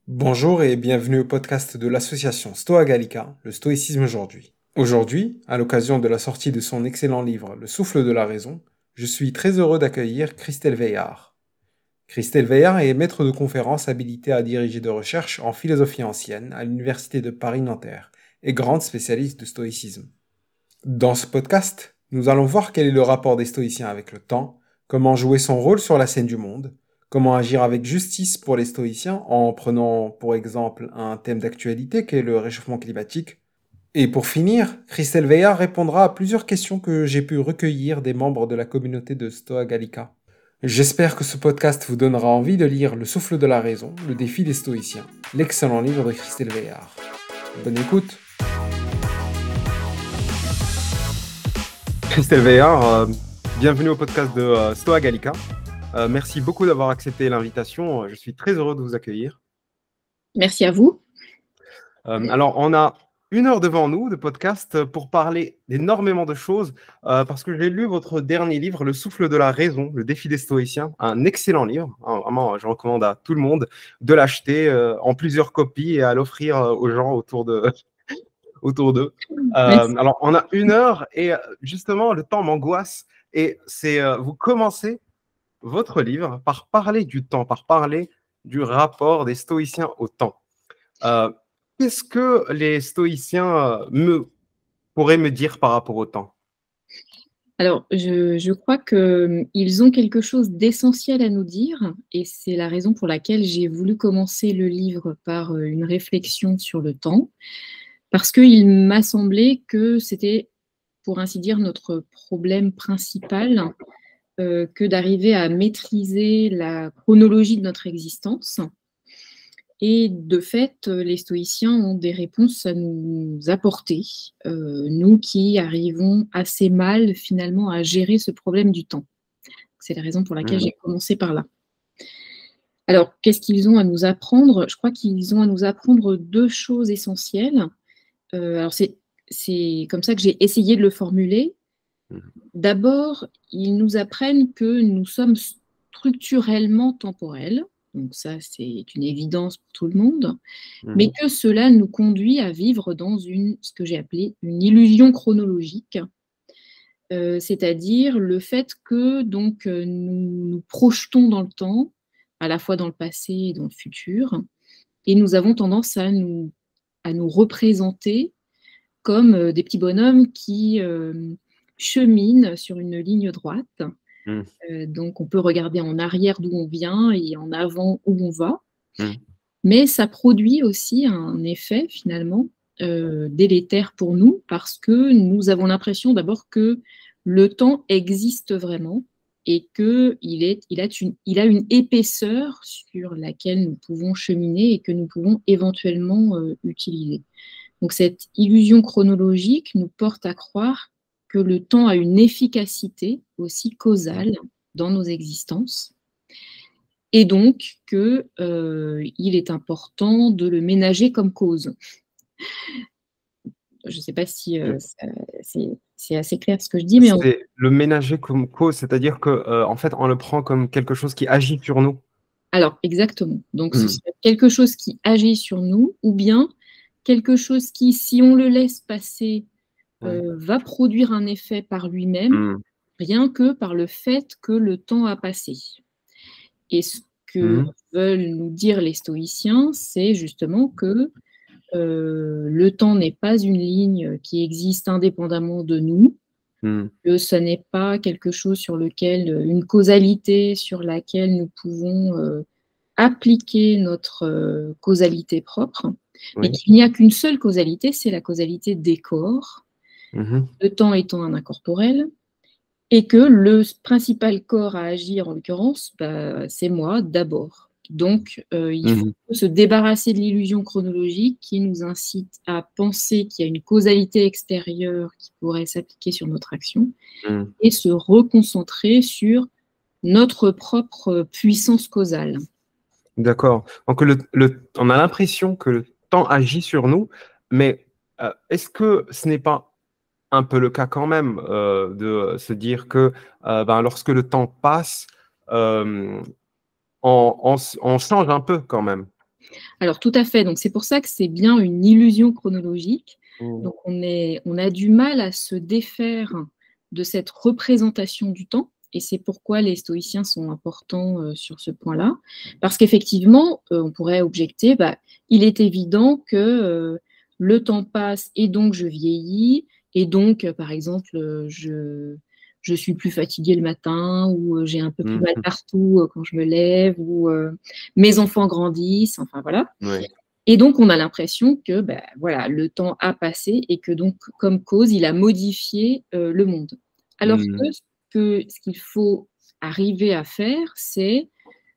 Bonjour et bienvenue au podcast de l'association Stoa Gallica, le stoïcisme aujourd'hui. Aujourd'hui, à l'occasion de la sortie de son excellent livre Le souffle de la raison, je suis très heureux d'accueillir Christelle Veillard. Christelle Veillard est maître de conférences habilitée à diriger de recherche en philosophie ancienne à l'Université de Paris-Nanterre et grande spécialiste de stoïcisme. Dans ce podcast, nous allons voir quel est le rapport des stoïciens avec le temps, comment jouer son rôle sur la scène du monde, comment agir avec justice pour les stoïciens en prenant pour exemple un thème d'actualité qu'est le réchauffement climatique. Et pour finir, Christelle Veillard répondra à plusieurs questions que j'ai pu recueillir des membres de la communauté de Stoa Gallica. J'espère que ce podcast vous donnera envie de lire Le souffle de la raison, le défi des stoïciens, l'excellent livre de Christelle Veillard. Bonne écoute. Christelle Veillard, bienvenue au podcast de Stoa Gallica. Merci beaucoup d'avoir accepté l'invitation. Je suis très heureux de vous accueillir. Merci à vous. Alors, on a 1 heure devant nous de podcast pour parler d'énormément de choses parce que j'ai lu votre dernier livre, Le souffle de la raison, le défi des stoïciens, un excellent livre. Vraiment, je recommande à tout le monde de l'acheter en plusieurs copies et à l'offrir aux gens autour d'eux. Merci. Alors, on a 1 heure et justement, le temps m'angoisse. Et c'est vous commencez votre livre par parler du temps, par parler du rapport des stoïciens au temps. Qu'est-ce que les stoïciens pourraient me dire par rapport au temps? Alors, je crois qu'ils ont quelque chose d'essentiel à nous dire, et c'est la raison pour laquelle j'ai voulu commencer le livre par une réflexion sur le temps, parce qu'il m'a semblé que c'était, pour ainsi dire, notre problème principal, que d'arriver à maîtriser la chronologie de notre existence. Et de fait, les stoïciens ont des réponses à nous apporter, nous qui arrivons assez mal finalement à gérer ce problème du temps. C'est la raison pour laquelle j'ai commencé par là. Alors, qu'est-ce qu'ils ont à nous apprendre? Je crois qu'ils ont à nous apprendre 2 choses essentielles. Alors c'est comme ça que j'ai essayé de le formuler. D'abord, ils nous apprennent que nous sommes structurellement temporels, donc ça, c'est une évidence pour tout le monde, mais que cela nous conduit à vivre dans ce que j'ai appelé une illusion chronologique, c'est-à-dire le fait que donc nous nous projetons dans le temps, à la fois dans le passé et dans le futur, et nous avons tendance à nous représenter comme des petits bonhommes qui cheminent sur une ligne droite. Donc on peut regarder en arrière d'où on vient et en avant où on va. Mais ça produit aussi un effet finalement délétère pour nous parce que nous avons l'impression d'abord que le temps existe vraiment et qu'il a une épaisseur sur laquelle nous pouvons cheminer et que nous pouvons éventuellement utiliser. Donc cette illusion chronologique nous porte à croire que le temps a une efficacité aussi causale dans nos existences et donc qu'il est important de le ménager comme cause. Je ne sais pas si c'est assez clair ce que je dis, mais C'est le ménager comme cause, c'est-à-dire que en fait, on le prend comme quelque chose qui agit sur nous. alors exactement. Donc ce serait quelque chose qui agit sur nous ou bien quelque chose qui, si on le laisse passer, va produire un effet par lui-même, rien que par le fait que le temps a passé. Et ce que veulent nous dire les stoïciens, c'est justement que le temps n'est pas une ligne qui existe indépendamment de nous, que ce n'est pas quelque chose sur lequel, une causalité sur laquelle nous pouvons appliquer notre causalité propre, mais qu'il n'y a qu'une seule causalité, c'est la causalité des corps, le temps étant un incorporel, et que le principal corps à agir, en l'occurrence, c'est moi d'abord. Donc, il faut se débarrasser de l'illusion chronologique qui nous incite à penser qu'il y a une causalité extérieure qui pourrait s'appliquer sur notre action et se reconcentrer sur notre propre puissance causale. D'accord. Donc, on a l'impression que le temps agit sur nous, mais est-ce que ce n'est pas un peu le cas quand même de se dire que lorsque le temps passe, on change un peu quand même? Alors tout à fait, donc c'est pour ça que c'est bien une illusion chronologique. Mmh. Donc on a du mal à se défaire de cette représentation du temps et c'est pourquoi les stoïciens sont importants, sur ce point-là. Parce qu'effectivement, on pourrait objecter, il est évident que, le temps passe et donc je vieillis et donc, par exemple, je suis plus fatiguée le matin ou, j'ai un peu plus mal Mmh. partout, quand je me lève ou, mes enfants grandissent, enfin voilà. Ouais. Et donc on a l'impression que, voilà, le temps a passé et que donc comme cause, il a modifié, le monde. Alors Mmh. que ce qu'il faut arriver à faire, c'est,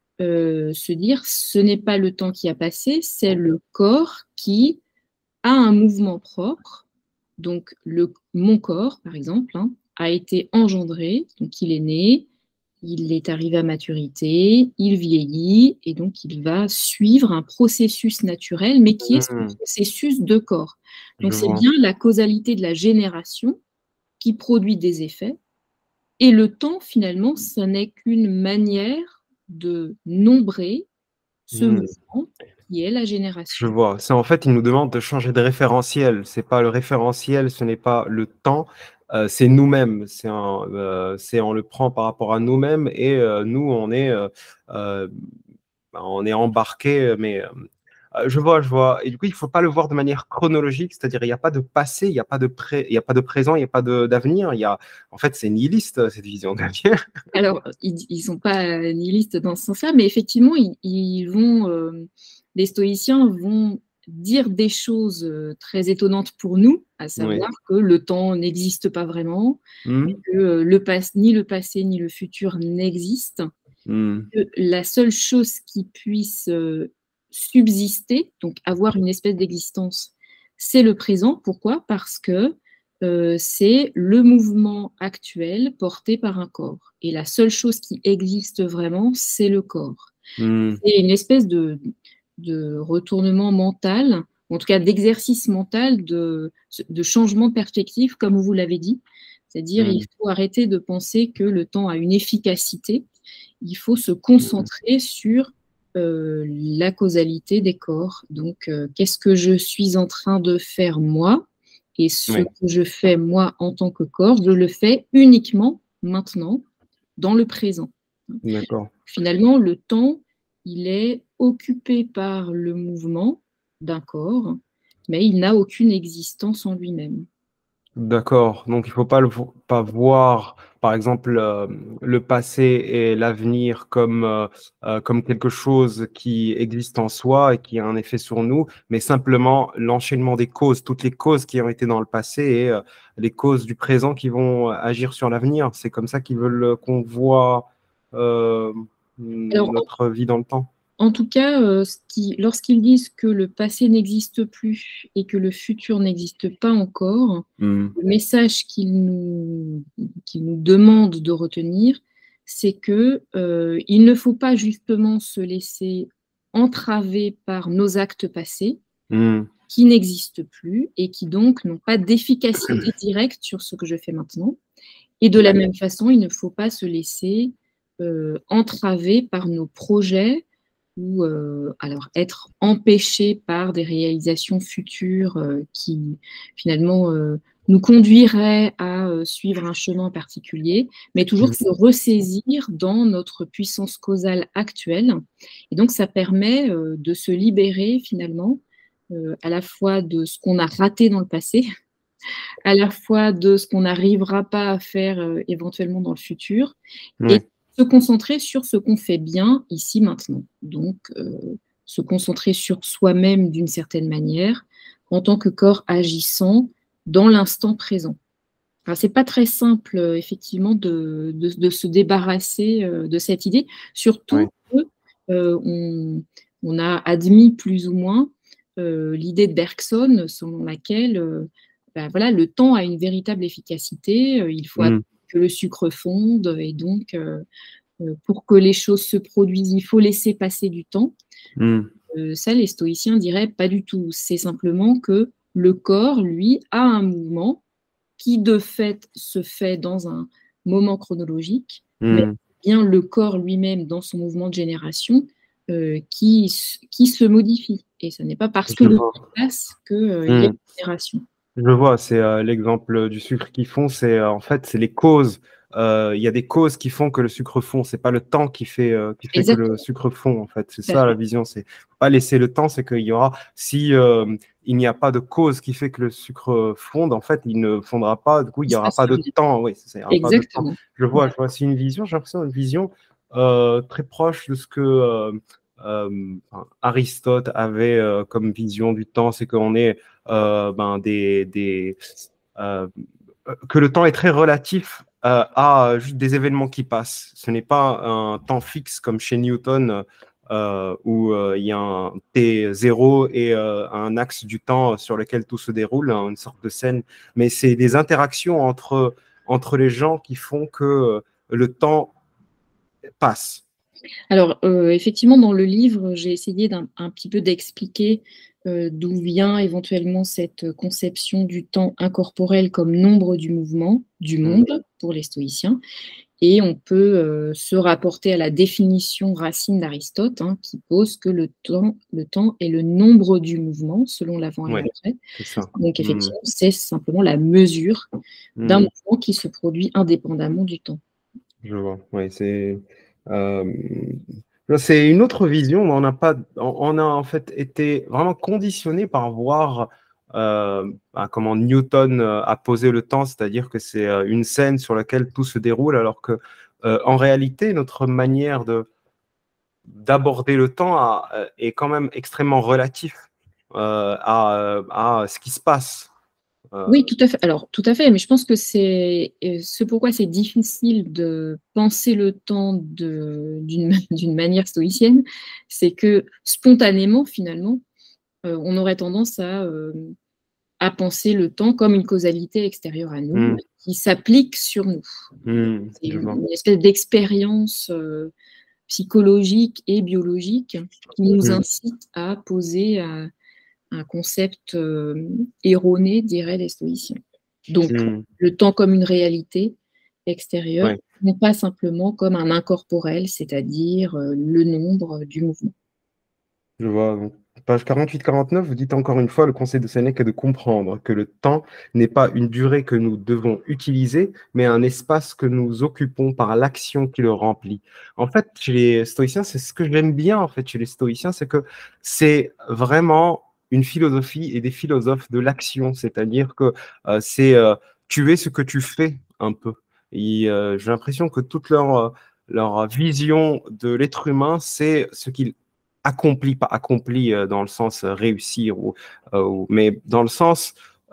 se dire: «Ce n'est pas le temps qui a passé, c'est le corps qui a un mouvement propre». Donc mon corps, par exemple, hein, a été engendré, donc il est né, il est arrivé à maturité, il vieillit et donc il va suivre un processus naturel, mais qui est ce Mmh. processus de corps. Je Donc c'est vois. bien la causalité de la génération qui produit des effets et le temps finalement, ça n'est qu'une manière de nombrer ce Mmh. mouvement qui est la Je génération. vois. C'est en fait, il nous demande de changer de référentiel. C'est pas le référentiel, ce n'est pas le temps, c'est nous-mêmes. C'est on le prend par rapport à nous-mêmes et nous, heu, on est embarqués, je vois, je vois et du coup, il faut pas le voir de manière chronologique, c'est-à-dire il y a pas de passé, il y a pas de présent, il y a pas de d'avenir, il y a en fait, c'est nihiliste, cette vision d'avenir. Alors, ils sont pas, nihilistes dans ce sens-là, mais effectivement, ils vont, les stoïciens vont dire des choses, très étonnantes pour nous, à Oui. savoir que le temps n'existe pas vraiment, Mmh. que, ni le passé ni le futur n'existent, Mmh. que la seule chose qui puisse, subsister, donc avoir une espèce d'existence, c'est le présent. Pourquoi? Parce que, c'est le mouvement actuel porté par un corps et la seule chose qui existe vraiment, c'est le corps. Mmh. C'est une espèce de retournement mental, en tout cas d'exercice mental, de changement de perspective, comme vous l'avez dit. C'est-à-dire, il Mmh. faut arrêter de penser que le temps a une efficacité. Il faut se Mmh. concentrer sur, la causalité des corps. Donc, qu'est-ce que je suis en train de faire moi? Et ce Oui, que je fais moi en tant que corps, je le fais uniquement maintenant, dans le présent. d'accord. Finalement, le temps, il est occupé par le mouvement d'un corps, mais il n'a aucune existence en lui-même. D'accord, donc il faut pas pas voir, par exemple, le passé et l'avenir comme quelque chose qui existe en soi et qui a un effet sur nous, mais simplement l'enchaînement des causes, toutes les causes qui ont été dans le passé et les causes du présent qui vont agir sur l'avenir. C'est comme ça qu'ils veulent, qu'on voit, heu, Alors, notre vie dans le temps? en tout cas, lorsqu'ils disent que le passé n'existe plus et que le futur n'existe pas encore, Mmh. le message qu'ils nous demandent de retenir, c'est que, il ne faut pas justement se laisser entraver par nos actes passés, Mmh. qui n'existent plus et qui donc n'ont pas d'efficacité directe sur ce que je fais maintenant. Et de la même façon, il ne faut pas se laisser, entraver par nos projets ou, alors être empêché par des réalisations futures, qui finalement, nous conduiraient à, suivre un chemin particulier, mais toujours Mmh. se ressaisir dans notre puissance causale actuelle et donc ça permet, de se libérer finalement, à la fois de ce qu'on a raté dans le passé, à la fois de ce qu'on n'arrivera pas à faire, éventuellement dans le futur et Ouais. se concentrer sur ce qu'on fait bien ici, maintenant. Donc, se concentrer sur soi-même d'une certaine manière, en tant que corps agissant dans l'instant présent. Alors c'est pas très simple, effectivement de se débarrasser, de cette idée, surtout Ouais. que, on a admis plus ou moins, l'idée de Bergson selon laquelle, voilà, le temps a une véritable efficacité, il faut attendre Mmh. que le sucre fonde et donc pour que les choses se produisent, il faut laisser passer du temps. Mmh. Ça, les stoïciens diraient: «Pas du tout». C'est simplement que le corps, lui, a un mouvement qui, de fait, se fait dans un moment chronologique, mais Mmh. bien le corps lui-même, dans son mouvement de génération, qui se modifie. Et ce n'est pas parce que Je le vois. temps passe qu'il y a une altération. Je vois, c'est l'exemple du sucre qui fond, en fait, c'est les causes. Il y a des causes qui font que le sucre fond. C'est pas le temps qui fait que le Exactement, sucre fond, en fait. C'est tout à ça la fait. vision. C'est pas laisser le temps, c'est qu'il y aura, si il n'y a pas de cause qui fait que le sucre fonde, en fait, il ne fondra pas. Du coup, il Il n'y se aura passe pas de rien. temps. Oui, il n'y aura pas de temps. Exactement. Je vois, c'est une vision, j'ai l'impression, une vision très proche de ce que Aristote avait comme vision du temps. C'est qu'on est euh, que le temps est très relatif à juste des événements qui passent. Ce n'est pas un temps fixe comme chez Newton où il y a un T0 et un axe du temps sur lequel tout se déroule, hein, une sorte de scène. Mais c'est des interactions entre les gens qui font que le temps passe. Alors, effectivement, dans le livre, j'ai essayé un petit peu d'expliquer, d'où vient éventuellement cette conception du temps incorporel comme nombre du mouvement, du monde, pour les stoïciens. Et on peut, se rapporter à la définition racine d'Aristote, hein, qui pose que le temps est le nombre du mouvement, selon l'avant et Oui, l'après. c'est ça. Donc effectivement, c'est simplement la mesure d'un mouvement qui se produit indépendamment du temps. Je vois. Oui, euh, c'est une autre vision. On a en fait été vraiment conditionné par voir comment Newton a posé le temps, c'est-à-dire que c'est une scène sur laquelle tout se déroule, alors que en réalité, notre manière d'aborder le temps est quand même extrêmement relatif à ce qui se passe. Oui, tout à fait. Alors, tout à fait, mais je pense que c'est ce pourquoi c'est difficile de penser le temps d'une manière stoïcienne, c'est que spontanément, finalement, on aurait tendance à penser le temps comme une causalité extérieure à nous, qui s'applique sur nous. C'est Je vois. une espèce d'expérience, psychologique et biologique qui nous incite à poser, un concept, erroné, diraient les stoïciens. Donc, le temps comme une réalité extérieure, Ouais. non pas simplement comme un incorporel, c'est-à-dire, le nombre du mouvement. Je vois. Donc, page 48-49, vous dites encore une fois, le conseil de Sénèque est de comprendre que le temps n'est pas une durée que nous devons utiliser, mais un espace que nous occupons par l'action qui le remplit. En fait, chez les stoïciens, c'est ce que j'aime bien, en fait, chez les stoïciens, c'est que c'est vraiment une philosophie et des philosophes de l'action, c'est-à-dire que tu es ce que tu fais un peu. Et j'ai l'impression que toute leur vision de l'être humain, c'est ce qu'il accompli, pas accompli dans le sens réussir, mais dans le sens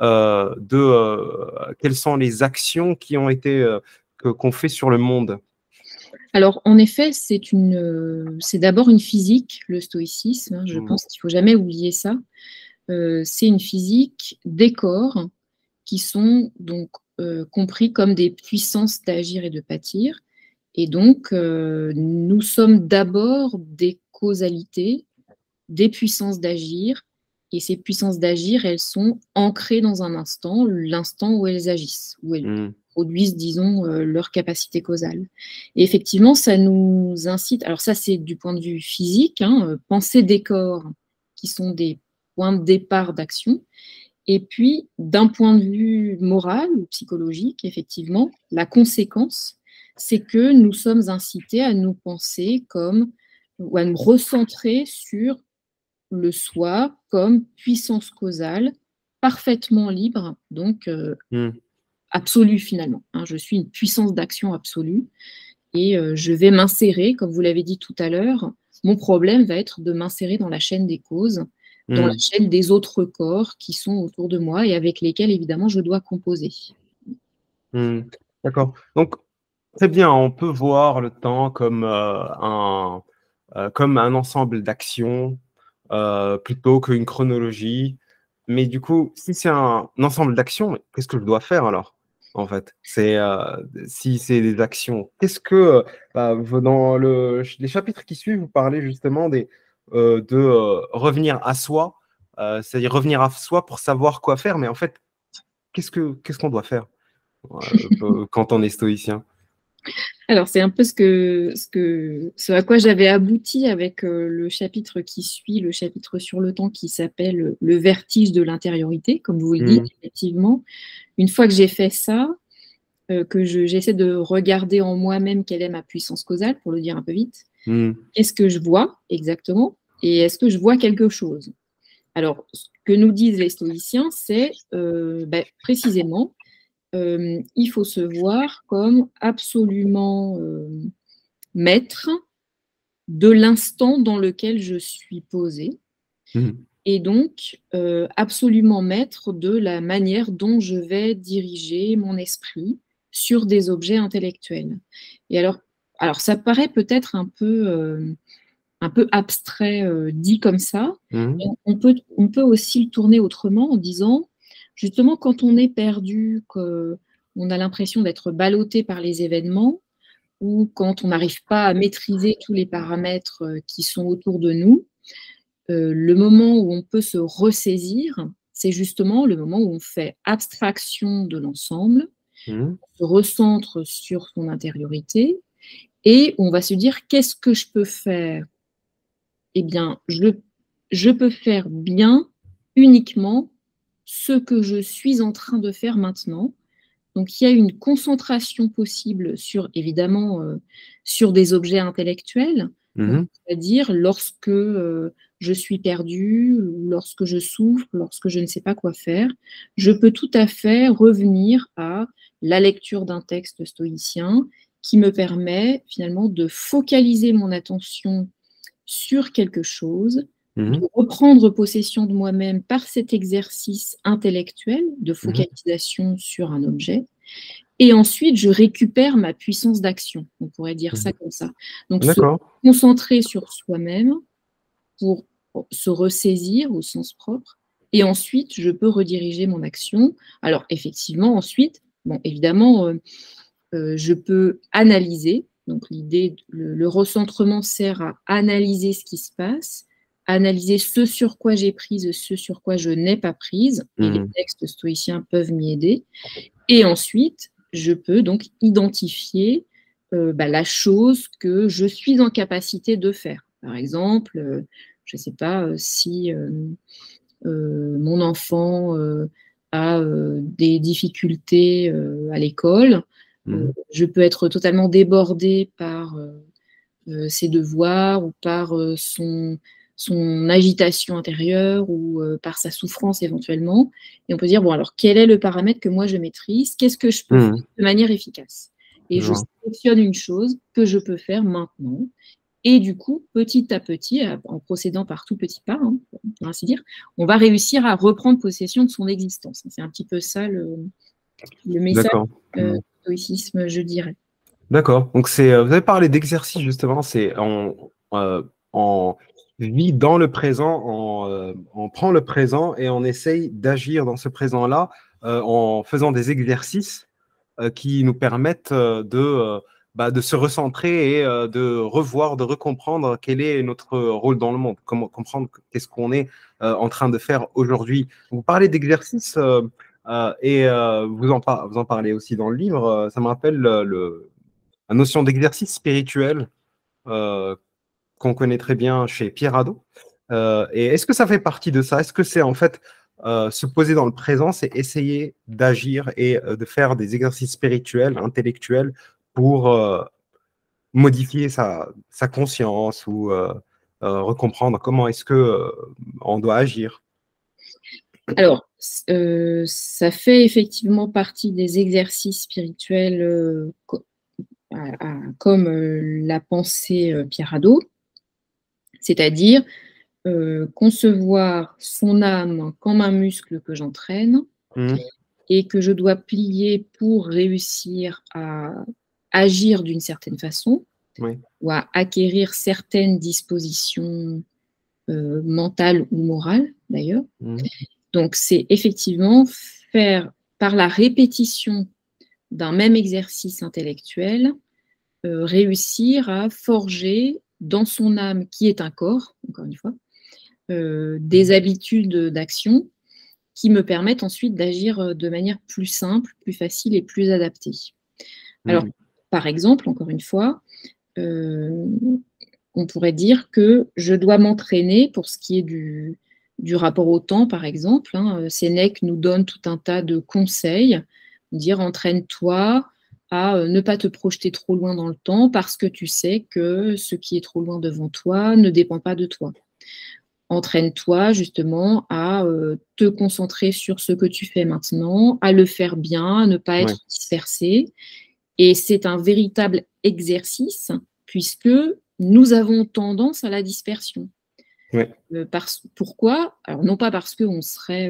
quelles sont les actions qui ont été qu'on fait sur le monde. Alors, en effet, c'est d'abord une physique, le stoïcisme, hein, je pense qu'il ne faut jamais oublier ça. C'est une physique des corps qui sont donc, compris comme des puissances d'agir et de pâtir. Et donc, nous sommes d'abord des causalités, des puissances d'agir, et ces puissances d'agir, elles sont ancrées dans un instant, l'instant où elles agissent, où elles produisent, disons, leur capacité causale. Et effectivement, ça nous incite, alors ça c'est du point de vue physique, hein, penser des corps qui sont des points de départ d'action, et puis d'un point de vue moral ou psychologique, effectivement, la conséquence, c'est que nous sommes incités à nous penser comme, ou à nous recentrer sur le soi comme puissance causale, parfaitement libre, donc absolue finalement, hein. Je suis une puissance d'action absolue et je vais m'insérer, comme vous l'avez dit tout à l'heure, mon problème va être de m'insérer dans la chaîne des causes, dans la chaîne des autres corps qui sont autour de moi et avec lesquels évidemment je dois composer. D'accord. Donc, très bien, on peut voir le temps comme un ensemble d'actions plutôt qu'une chronologie. Mais du coup, si c'est un ensemble d'actions, qu'est-ce que je dois faire alors, en fait? Si c'est des actions, dans les chapitres qui suivent, vous parlez justement de revenir à soi, c'est-à-dire revenir à soi pour savoir quoi faire. Mais en fait, qu'est-ce qu'on doit faire quand on est stoïcien? Alors, c'est un peu ce à quoi j'avais abouti avec le chapitre qui suit, le chapitre sur le temps qui s'appelle Le vertige de l'intériorité, comme vous le dites, effectivement. Une fois que j'ai fait ça, que j'essaie de regarder en moi-même quelle est ma puissance causale, pour le dire un peu vite. Qu'est-ce que je vois exactement? Et est-ce que je vois quelque chose? Alors, ce que nous disent les stoïciens, c'est précisément, il faut se voir comme absolument maître de l'instant dans lequel je suis posée et donc absolument maître de la manière dont je vais diriger mon esprit sur des objets intellectuels. Et alors ça paraît peut-être un peu abstrait dit comme ça. On peut aussi le tourner autrement en disant, justement, quand on est perdu, qu'on a l'impression d'être ballotté par les événements, ou quand on n'arrive pas à maîtriser tous les paramètres qui sont autour de nous, le moment où on peut se ressaisir, c'est justement le moment où on fait abstraction de l'ensemble, on se recentre sur son intériorité et on va se dire: «Qu'est-ce que je peux faire?» Eh bien, je peux faire bien uniquement ce que je suis en train de faire maintenant. Donc il y a une concentration possible sur évidemment, sur des objets intellectuels, donc c'est-à-dire lorsque, je suis perdue ou lorsque je souffre, lorsque je ne sais pas quoi faire, je peux tout à fait revenir à la lecture d'un texte stoïcien qui me permet finalement de focaliser mon attention sur quelque chose, de reprendre possession de moi-même par cet exercice intellectuel de focalisation sur un objet et ensuite je récupère ma puissance d'action. On pourrait dire ça comme ça. Donc se D'accord. concentrer sur soi-même pour se ressaisir au sens propre et ensuite je peux rediriger mon action. Alors effectivement ensuite, bon évidemment, je peux analyser. Donc l'idée, le recentrement sert à analyser ce qui se passe, analyser ce sur quoi j'ai prise, ce sur quoi je n'ai pas prise, et les textes stoïciens peuvent m'y aider. Et ensuite, je peux donc identifier la chose que je suis en capacité de faire. Par exemple, je ne sais pas si mon enfant a des difficultés à l'école, je peux être totalement débordée par ses devoirs ou par son agitation intérieure ou par sa souffrance éventuellement. Et on peut dire, bon, alors quel est le paramètre que moi je maîtrise? Qu'est-ce que je peux faire de manière efficace? Et Je je vois. sélectionne une chose que je peux faire maintenant. Et du coup, petit à petit, en procédant par tout petits pas, hein, pour ainsi dire, on va réussir à reprendre possession de son existence. C'est un petit peu ça le message D'accord. du stoïcisme, je dirais. D'accord. Donc vous avez parlé d'exercice justement, on vit dans le présent, on prend le présent et on essaye d'agir dans ce présent-là en faisant des exercices qui nous permettent de se recentrer et de revoir, de recomprendre quel est notre rôle dans le monde, comment comprendre qu'est-ce qu'on est en train de faire aujourd'hui. Vous parlez d'exercices vous en parlez aussi dans le livre. Ça me rappelle la notion d'exercice spirituel euh, qu'on connaît très bien chez Pierre Hadot. Et est-ce que ça fait partie de ça? Est-ce que c'est en fait se poser dans le présent, c'est essayer d'agir et de faire des exercices spirituels, intellectuels pour modifier sa conscience ou recomprendre comment est-ce que on doit agir? Alors, ça fait effectivement partie des exercices spirituels, comme l'a pensé Pierre Hadot, c'est-à-dire concevoir son âme comme un muscle que j'entraîne Mhm. et que je dois plier pour réussir à agir d'une certaine façon Oui. ou à acquérir certaines dispositions mentales ou morales d'ailleurs. Mhm. Donc c'est effectivement faire par la répétition d'un même exercice intellectuel, réussir à forger dans son âme, qui est un corps, encore une fois, des habitudes d'action qui me permettent ensuite d'agir de manière plus simple, plus facile et plus adaptée. Alors, Mhm. par exemple, encore une fois, on pourrait dire que je dois m'entraîner pour ce qui est du rapport au temps, par exemple, hein. Sénèque nous donne tout un tas de conseils, dire: «Entraîne-toi à, ne pas te projeter trop loin dans le temps parce que tu sais que ce qui est trop loin devant toi ne dépend pas de toi. Entraîne-toi justement à, te concentrer sur ce que tu fais maintenant, à le faire bien, à ne pas Ouais, être dispersé». Et c'est un véritable exercice puisque nous avons tendance à la dispersion. ouais, Pourquoi? Alors non pas parce qu'on serait,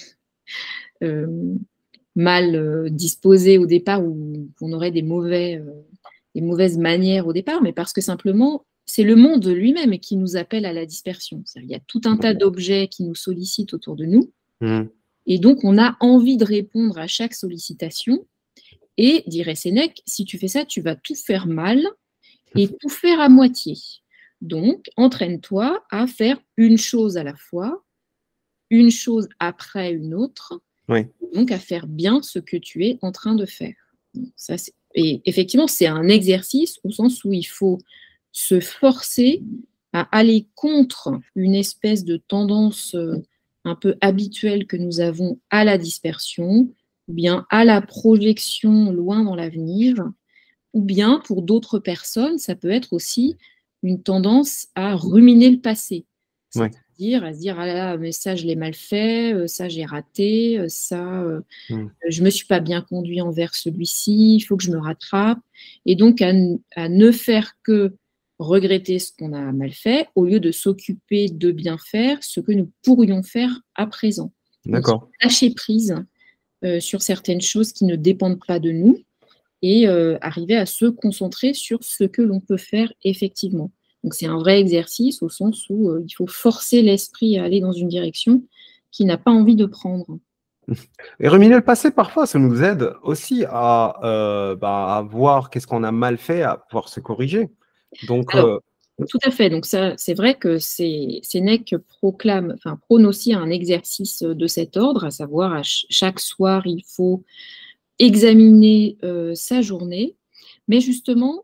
hem, mal, disposé au départ ou qu'on aurait des mauvaises manières au départ, mais parce que simplement, c'est le monde lui-même qui nous appelle à la dispersion. C'est-à-dire il y a tout un tas d'objets qui nous sollicitent autour de nous mmh, et donc on a envie de répondre à chaque sollicitation et dirait Sénèque: «Si tu fais ça, tu vas tout faire mal et tout faire à moitié. Donc, entraîne-toi à faire une chose à la fois, une chose après une autre, ouais, donc à faire bien ce que tu es en train de faire». Donc ça, et effectivement, c'est un exercice au sens où il faut se forcer à aller contre une espèce de tendance, un peu habituelle que nous avons à la dispersion, ou bien à la projection loin dans l'avenir, ou bien pour d'autres personnes, ça peut être aussi une tendance à ruminer le passé. ouais, C'est-à-dire à se dire: «Ah là là, mais ça je l'ai mal fait, ça j'ai raté, ça, mmh, je me suis pas bien conduit envers celui-ci, il faut que je me rattrape», et donc à ne faire que regretter ce qu'on a mal fait, au lieu de s'occuper de bien faire ce que nous pourrions faire à présent. Donc d'accord. lâcher prise, sur certaines choses qui ne dépendent pas de nous et arriver à se concentrer sur ce que l'on peut faire effectivement. Donc c'est un vrai exercice au sens où, il faut forcer l'esprit à aller dans une direction qu'il n'a pas envie de prendre. Et ruminer le passé, parfois, ça nous aide aussi à voir qu'est-ce qu'on a mal fait, à pouvoir se corriger. Donc, Alors, tout à fait, donc ça, c'est vrai que Sénèque prône aussi un exercice, de cet ordre, à savoir à chaque soir, il faut examiner, sa journée. Mais justement,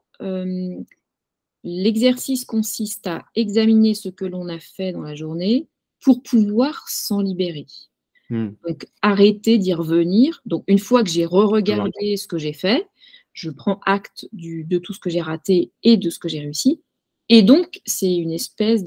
l'exercice consiste à examiner ce que l'on a fait dans la journée pour pouvoir s'en libérer. mmh, Donc arrêter d'y revenir. Donc une fois que j'ai je vois. re-regardé ce que j'ai fait, je prends acte de tout ce que j'ai raté et de ce que j'ai réussi. Et donc c'est une espèce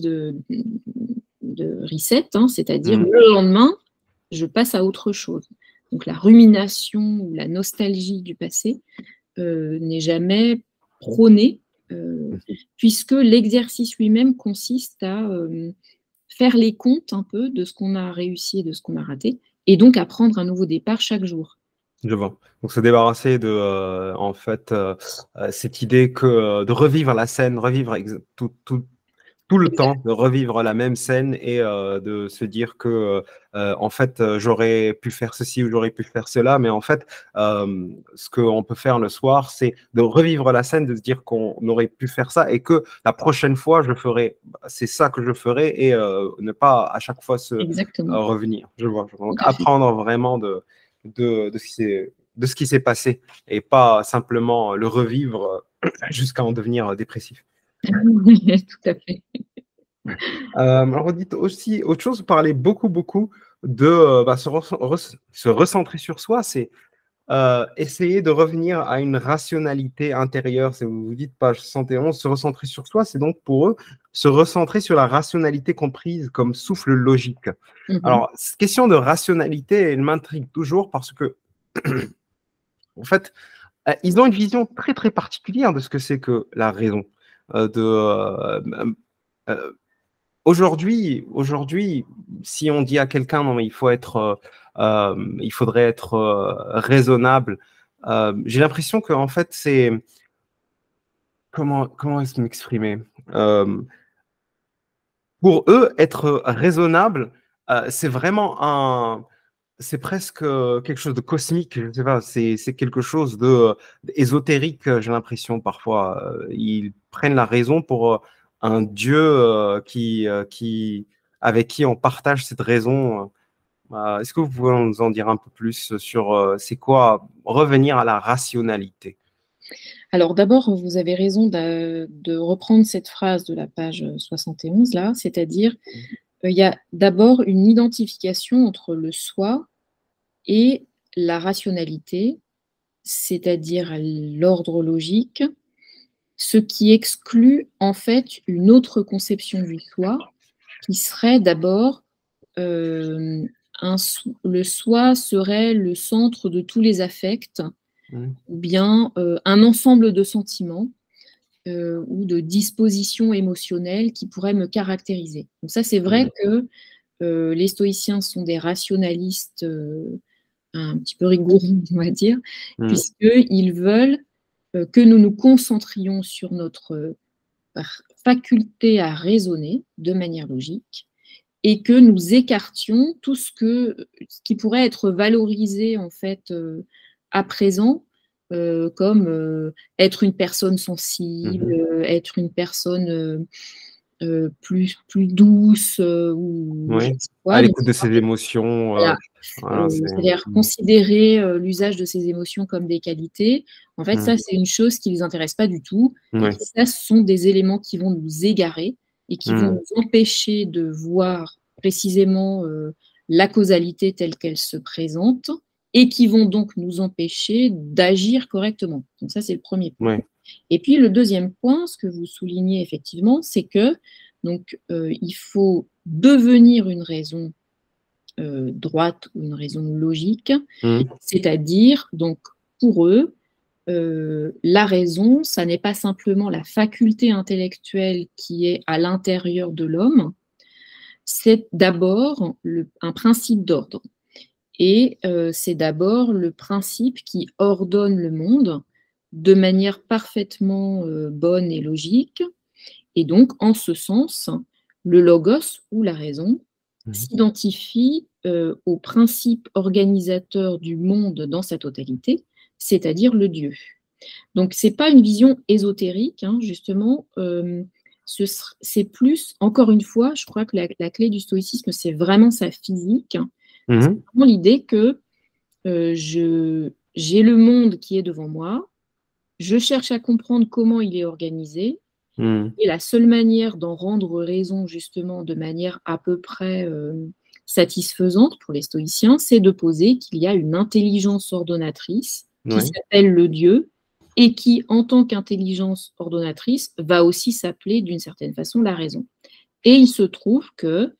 de reset, hein, c'est-à-dire Mmh, le lendemain, je passe à autre chose. Donc la rumination ou la nostalgie du passé, n'est jamais prônée, mmh, puisque l'exercice lui-même consiste à, faire les comptes un peu de ce qu'on a réussi et de ce qu'on a raté et donc à prendre un nouveau départ chaque jour. je vois. Donc se débarrasser de, en fait, cette idée que, de revivre la scène, revivre tout le temps Exact. de revivre la même scène et de se dire que, en fait, j'aurais pu faire ceci ou j'aurais pu faire cela, mais en fait, ce qu'on peut faire le soir, c'est de revivre la scène, de se dire qu'on aurait pu faire ça et que la prochaine fois, je ferai c'est ça que je ferai et ne pas à chaque fois se Exactement, revenir. Je vois, je vois. tout Donc à fait. apprendre vraiment de ce qui s'est passé et pas simplement le revivre, jusqu'à en devenir dépressif. Tout à fait. Alors vous dites aussi autre chose, vous parlez beaucoup, beaucoup de, se recentrer sur soi, c'est, essayer de revenir à une rationalité intérieure. C'est vous dites page 71, se recentrer sur soi, c'est donc pour eux, se recentrer sur la rationalité comprise comme souffle logique. Mmh mh. Alors, cette question de rationalité, elle m'intrigue toujours parce que, en fait, ils ont une vision très, très particulière de ce que c'est que la raison, heu aujourd'hui, si on dit à quelqu'un: «Non, mais il faut être, il faudrait être, raisonnable», j'ai l'impression qu'en fait, c'est comment est-ce m'exprimer? Hem, pour eux, être raisonnable, c'est vraiment c'est presque, quelque chose de cosmique, je ne sais pas, c'est quelque chose de, d'ésotérique, j'ai l'impression parfois, ils prennent la raison pour, un dieu, qui avec qui on partage cette raison, est-ce que vous pouvez nous en dire un peu plus sur, c'est quoi revenir à la rationalité? Alors d'abord, vous avez raison de reprendre cette phrase de la page 71 là, c'est-à-dire, il y a d'abord une identification entre le soi et la rationalité, c'est-à-dire l'ordre logique, ce qui exclut en fait une autre conception du soi, qui serait d'abord, le soi serait le centre de tous les affects ou bien, un ensemble de sentiments, ou de dispositions émotionnelles qui pourraient me caractériser. Donc ça, c'est vrai que, les stoïciens sont des rationalistes, un petit peu rigoureux, on va dire, puisqu'ils veulent, que nous nous concentrions sur notre, faculté à raisonner de manière logique et que nous écartions tout ce qui pourrait être valorisé en fait, à présent, comme, être une personne sensible, être une personne, plus douce, ou je Oui, ne sais à quoi. Donc l'écoute de ses émotions, voilà, voilà, c'est-à-dire considérer, l'usage de ses émotions comme des qualités. En fait, mmh, ça, c'est une chose qui les intéresse pas du tout et ouais, ça, ce sont des éléments qui vont nous égarer et qui vont mmh, nous empêcher de voir précisément, la causalité telle qu'elle se présente et qui vont donc nous empêcher d'agir correctement. Donc ça, c'est le premier point. ouais, Et puis le deuxième point, ce que vous soulignez effectivement, c'est que donc, il faut devenir une raison droite ou une raison logique, mmh, c'est-à-dire donc pour eux, la raison, ça n'est pas simplement la faculté intellectuelle qui est à l'intérieur de l'homme, c'est d'abord un principe d'ordre et c'est d'abord le principe qui ordonne le monde de manière parfaitement, bonne et logique et donc en ce sens, le logos ou la raison mmh, s'identifie, au principe organisateur du monde dans sa totalité, c'est-à-dire le Dieu. Donc c'est pas une vision ésotérique, hein, justement, c'est plus encore une fois, je crois que la clé du stoïcisme, c'est vraiment sa physique. C'est mmh, vraiment l'idée que, j'ai le monde qui est devant moi, je cherche à comprendre comment il est organisé mmh, et la seule manière d'en rendre raison justement de manière à peu près, satisfaisante pour les stoïciens, c'est de poser qu'il y a une intelligence ordonnatrice qui ouais, s'appelle le Dieu et qui, en tant qu'intelligence ordonnatrice, va aussi s'appeler d'une certaine façon la raison. Et il se trouve que,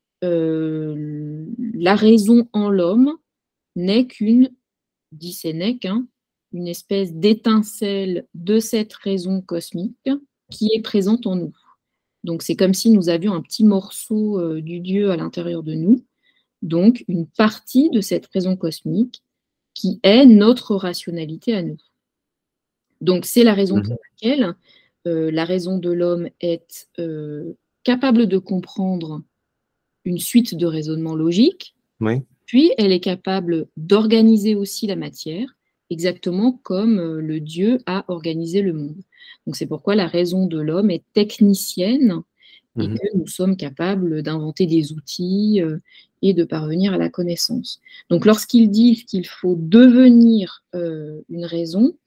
la raison en l'homme n'est qu'une, dit Sénèque, hein, une espèce d'étincelle de cette raison cosmique qui est présente en nous. Donc c'est comme si nous avions un petit morceau, du Dieu à l'intérieur de nous, donc une partie de cette raison cosmique qui est notre rationalité à nous. Donc c'est la raison mmh, pour laquelle, la raison de l'homme est, capable de comprendre une suite de raisonnements logiques, oui, puis elle est capable d'organiser aussi la matière, exactement comme, le Dieu a organisé le monde. Donc c'est pourquoi la raison de l'homme est technicienne et mmh, que nous sommes capables d'inventer des outils, et de parvenir à la connaissance. Donc lorsqu'ils disent qu'il faut devenir, une raison,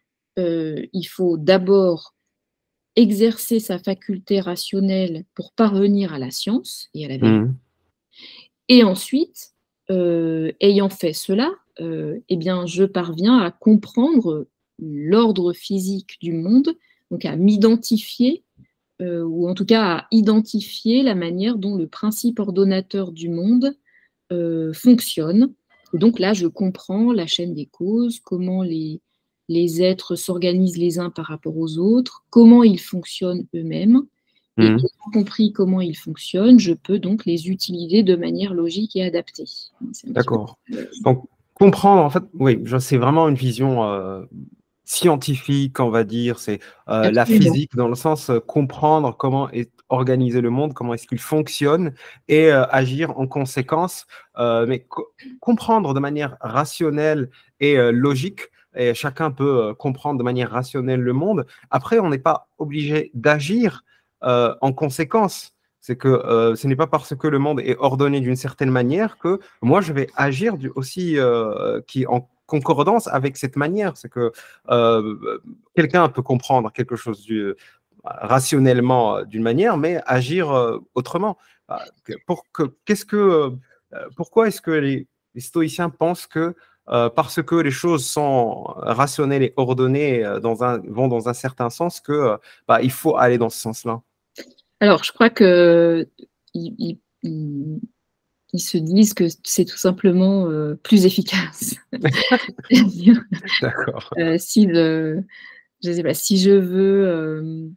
il faut d'abord exercer sa faculté rationnelle pour parvenir à la science et à la vérité mmh, et ensuite, ayant fait cela, et bien je parviens à comprendre l'ordre physique du monde, donc à m'identifier ou en tout cas à identifier la manière dont le principe ordonnateur du monde, fonctionne. Et donc là, je comprends la chaîne des causes, comment les êtres s'organisent les uns par rapport aux autres, comment ils fonctionnent eux-mêmes et mmh. ayant compris comment ils fonctionnent, je peux donc les utiliser de manière logique et adaptée. C'est un petit peu D'accord. Donc comprendre en fait, oui, je c'est vraiment une vision, scientifique, on va dire. C'est, la absolument. physique dans le sens, comprendre comment est organisé le monde, comment est-ce qu'il fonctionne et agir en conséquence, mais comprendre de manière rationnelle et logique et chacun peut, comprendre de manière rationnelle le monde. Après, on n'est pas obligé d'agir, en conséquence. C'est que, ce n'est pas parce que le monde est ordonné d'une certaine manière que moi je vais agir aussi, qui en concordance avec cette manière. C'est que quelqu'un peut comprendre quelque chose rationnellement d'une manière, mais agir autrement. Pourquoi est-ce que les stoïciens pensent que parce que les choses sont rationnelles et ordonnées, vont dans un certain sens, que il faut aller dans ce sens-là? Alors, je crois qu'ils se disent que c'est tout simplement plus efficace. D'accord. Si je veux,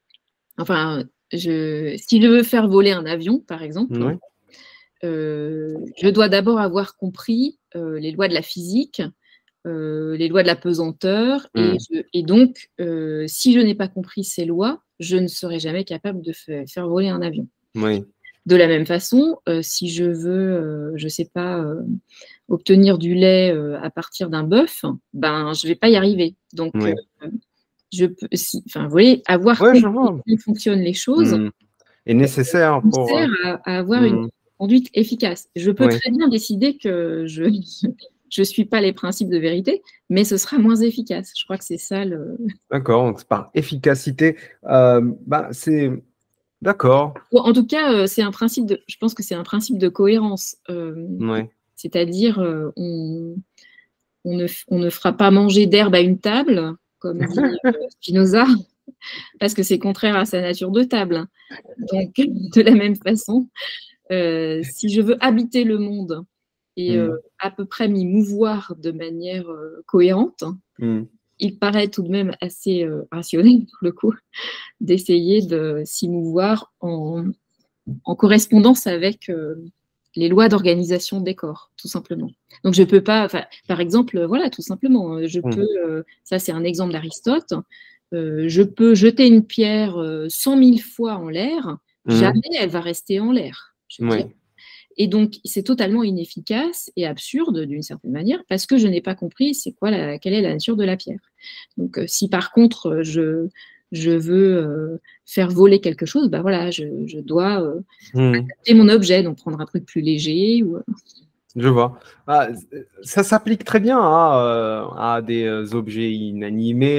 si je veux faire voler un avion, par exemple, Oui. je dois d'abord avoir compris les lois de la physique, les lois de la pesanteur, et donc, si je n'ai pas compris ces lois, je ne serai jamais capable de faire voler un avion. Oui. De la même façon, si je veux, je ne sais pas, obtenir du lait à partir d'un bœuf, je ne vais pas y arriver. Donc, Oui. vous voyez, avoir Ouais, compris je vois. comment fonctionnent les choses est nécessaire me pour. sert à avoir une conduite efficace. Je peux Oui. très bien décider que je ne suis pas les principes de vérité, mais ce sera moins efficace. Je crois que c'est ça le… D'accord, donc par efficacité, c'est d'accord. En tout cas, je pense que c'est un principe de cohérence. Oui. C'est-à-dire, on ne fera pas manger d'herbe à une table, comme dit Spinoza, parce que c'est contraire à sa nature de table. Donc, de la même façon, si je veux habiter le monde et à peu près m'y mouvoir de manière cohérente, il paraît tout de même assez rationnel, pour le coup, d'essayer de s'y mouvoir en correspondance avec les lois d'organisation des corps, tout simplement. Donc, je ne peux pas, par exemple, voilà, tout simplement, ça c'est un exemple d'Aristote, je peux jeter une pierre 100 000 fois en l'air, jamais elle va rester en l'air. Oui. Et donc, c'est totalement inefficace et absurde d'une certaine manière parce que je n'ai pas compris quelle est la nature de la pierre. Donc, si par contre, je veux faire voler quelque chose, voilà, je dois adapter mon objet, donc prendre un truc plus léger. Je vois. Ça s'applique très bien à des objets inanimés,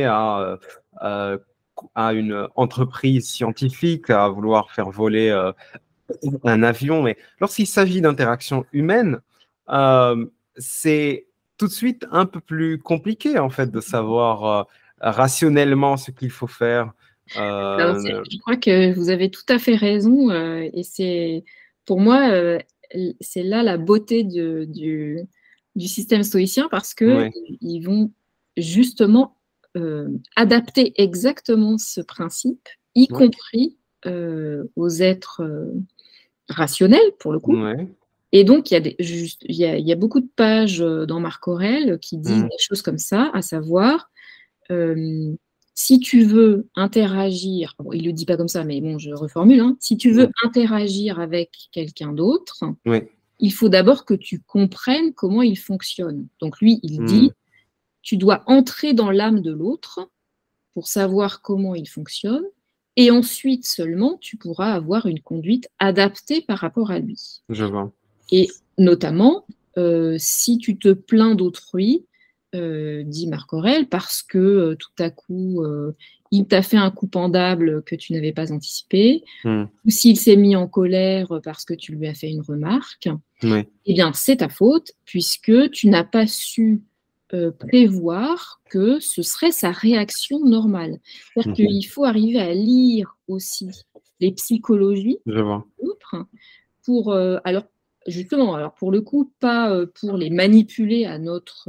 à une entreprise scientifique, à vouloir faire voler un avion. Mais lorsqu'il s'agit d'interaction humaine, c'est tout de suite un peu plus compliqué, en fait, de savoir rationnellement ce qu'il faut faire. Je crois que vous avez tout à fait raison, et c'est, pour moi, c'est là la beauté du système stoïcien, parce que ils vont justement adapter exactement ce principe, y compris aux êtres rationnels, pour le coup. Et donc, il y a beaucoup de pages dans Marc Aurèle qui disent des choses comme ça, à savoir, si tu veux interagir, bon, il ne le dit pas comme ça, mais bon, je reformule, hein, si tu veux interagir avec quelqu'un d'autre, il faut d'abord que tu comprennes comment il fonctionne. Donc lui, il dit, tu dois entrer dans l'âme de l'autre pour savoir comment il fonctionne, et ensuite seulement, tu pourras avoir une conduite adaptée par rapport à lui. Je vois. Et notamment, si tu te plains d'autrui, dit Marc Aurèle, parce que tout à coup, il t'a fait un coup pendable que tu n'avais pas anticipé, ou s'il s'est mis en colère parce que tu lui as fait une remarque, eh bien, c'est ta faute, puisque tu n'as pas su prévoir que ce serait sa réaction normale. C'est-à-dire qu'il faut arriver à lire aussi les psychologies d'autres pour, justement, pour le coup, pas pour les manipuler à notre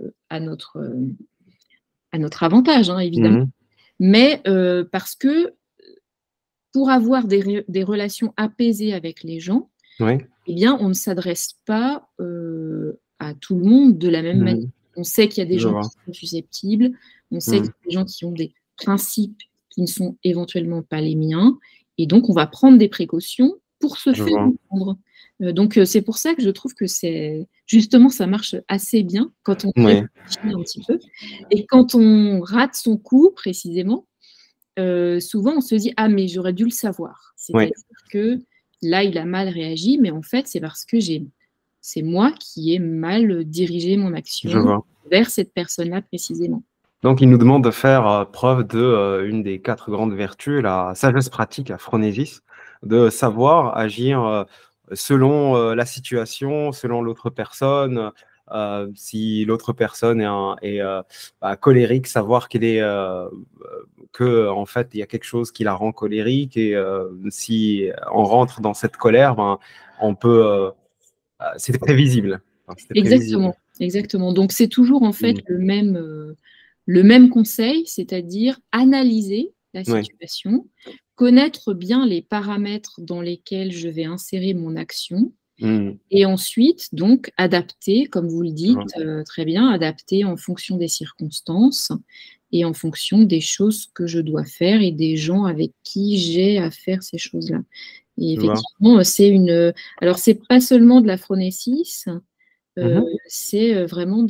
avantage, hein, évidemment, mais parce que pour avoir des relations apaisées avec les gens, eh bien, on ne s'adresse pas à tout le monde de la même manière. On sait qu'il y a des gens qui sont susceptibles, on sait qu'il y a des gens qui ont des principes qui ne sont éventuellement pas les miens, et donc on va prendre des précautions pour se faire entendre. Donc, c'est pour ça que je trouve que justement, ça marche assez bien quand on réfléchit un petit peu. Et quand on rate son coup, précisément, souvent on se dit « Ah, mais j'aurais dû le savoir ». C'est-à-dire que là, il a mal réagi, mais en fait, c'est parce que j'ai c'est moi qui ai mal dirigé mon Je action vois. vers cette personne-là précisément. Donc, il nous demande de faire preuve de une des 4 grandes vertus, la sagesse pratique, la phronésis, de savoir agir selon la situation, selon l'autre personne. Si l'autre personne est colérique, savoir que en fait il y a quelque chose qui la rend colérique, et si on rentre dans cette colère, ben, on peut. C'était prévisible. Enfin, c'était prévisible. Exactement, exactement. Donc c'est toujours en fait Mm. le même conseil, c'est-à-dire analyser la Oui. situation, connaître bien les paramètres dans lesquels je vais insérer mon action Mm. et ensuite donc adapter, comme vous le Je vois. dites très bien, adapter en fonction des circonstances et en fonction des choses que je dois faire et des gens avec qui j'ai à faire ces choses-là. Et Je vois. effectivement, alors c'est pas seulement de la phronésis, Mhm. c'est vraiment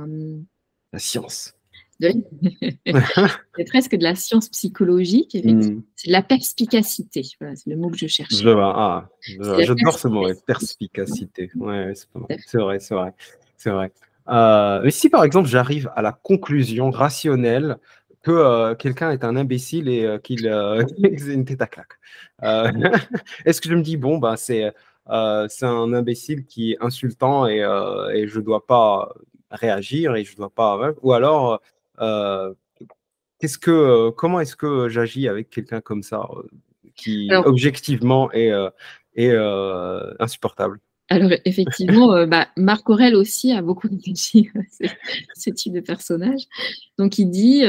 La science. de c'est presque de la science psychologique, effectivement. Mm. C'est de la perspicacité, voilà, c'est le mot que je Je cherchais. vois. C'est la J'adore ce mot, ouais, perspicacité. perspicacité. Ouais, ouais, c'est pas mal. Tout à fait. C'est vrai, c'est vrai. C'est vrai. Mais si par exemple j'arrive à la conclusion rationnelle que quelqu'un est un imbécile et qu'il qu'il a une tête à claque, euh, est-ce que je me dis, bon, ben, c'est un imbécile qui est insultant et je dois pas réagir et je dois pas. Ouais, ou alors, euh, comment est-ce que j'agis avec quelqu'un comme ça, qui Alors objectivement est insupportable? alors effectivement, Marc Aurèle aussi a beaucoup réfléchi à ce type de personnage. Donc il dit,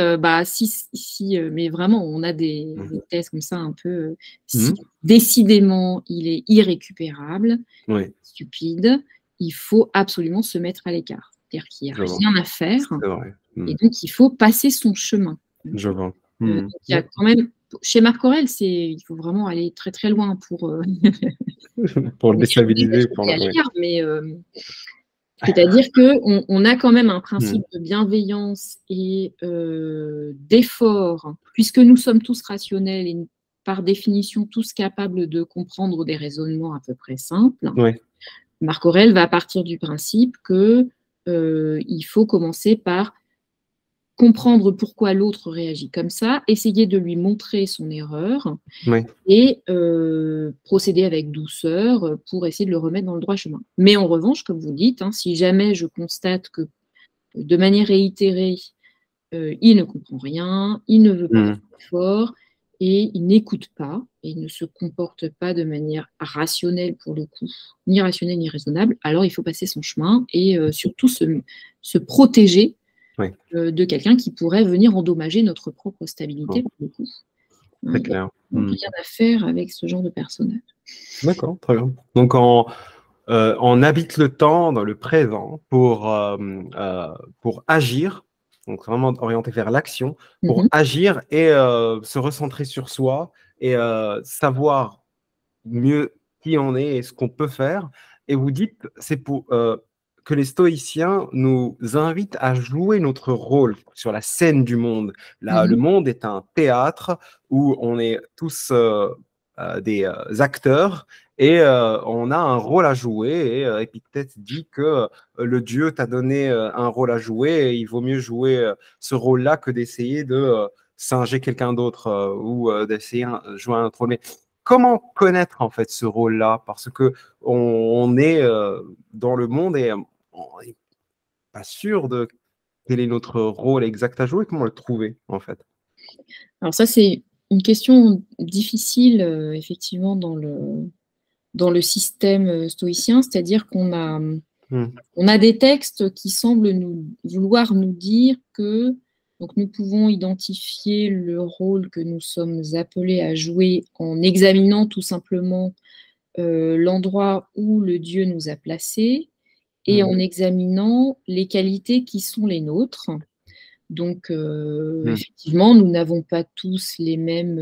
mais vraiment on a Mhm. des thèses comme ça un peu, si Mhm. décidément il est irrécupérable, Oui, stupide, il faut absolument se mettre à l'écart. C'est-à-dire qu'il n'y a je vois. rien à faire C'est vrai. et donc il faut passer son chemin. Je vois. Donc il y a quand même chez Marc Aurèle, il faut vraiment aller très, très loin pour, Pour le pour y déstabiliser, arriver pour à le. Oui. l'écart, mais c'est-à-dire qu'on a quand même un Mhm. principe de bienveillance et d'effort, puisque nous sommes tous rationnels et par définition tous capables de comprendre des raisonnements à peu près simples. Oui. Marc Aurèle va partir du principe que il faut commencer par comprendre pourquoi l'autre réagit comme ça, essayer de lui montrer son erreur Oui. et procéder avec douceur pour essayer de le remettre dans le droit chemin. Mais en revanche, comme vous dites, hein, si jamais je constate que de manière réitérée, il ne comprend rien, il ne veut pas faire Mhm. d'effort et il n'écoute pas et il ne se comporte pas de manière rationnelle pour le coup, ni rationnelle ni raisonnable, alors il faut passer son chemin et surtout se protéger Oui. de quelqu'un qui pourrait venir endommager notre propre stabilité Bon, pour le coup. Hein, c'est il n'y a clair. vraiment Mhm. rien à faire avec ce genre de personnage. D'accord, très bien. Donc, on habite le temps dans le présent pour agir, donc vraiment orienté vers l'action, pour Mhm. agir et se recentrer sur soi et savoir mieux qui on est et ce qu'on peut faire. Et vous dites, c'est pour que les stoïciens nous invitent à jouer notre rôle sur la scène du monde. Là, le Mhm. monde est un théâtre où on est tous des acteurs et on a un rôle à jouer. Et Épictète dit que le Dieu t'a donné un rôle à jouer et il vaut mieux jouer ce rôle-là que d'essayer de singer quelqu'un d'autre ou d'essayer de jouer un autre rôle. Mais comment connaître en fait ce rôle-là? Parce que on est dans le monde et on n'est pas sûr de quel est notre rôle exact à jouer. Comment le trouver en fait? Alors ça, c'est une question difficile, effectivement, dans le système stoïcien, c'est-à-dire Hmm. on a des textes qui semblent vouloir nous dire que donc nous pouvons identifier le rôle que nous sommes appelés à jouer en examinant tout simplement l'endroit où le Dieu nous a placés et Hmm. en examinant les qualités qui sont les nôtres. Donc, Hmm. effectivement, nous n'avons pas tous les mêmes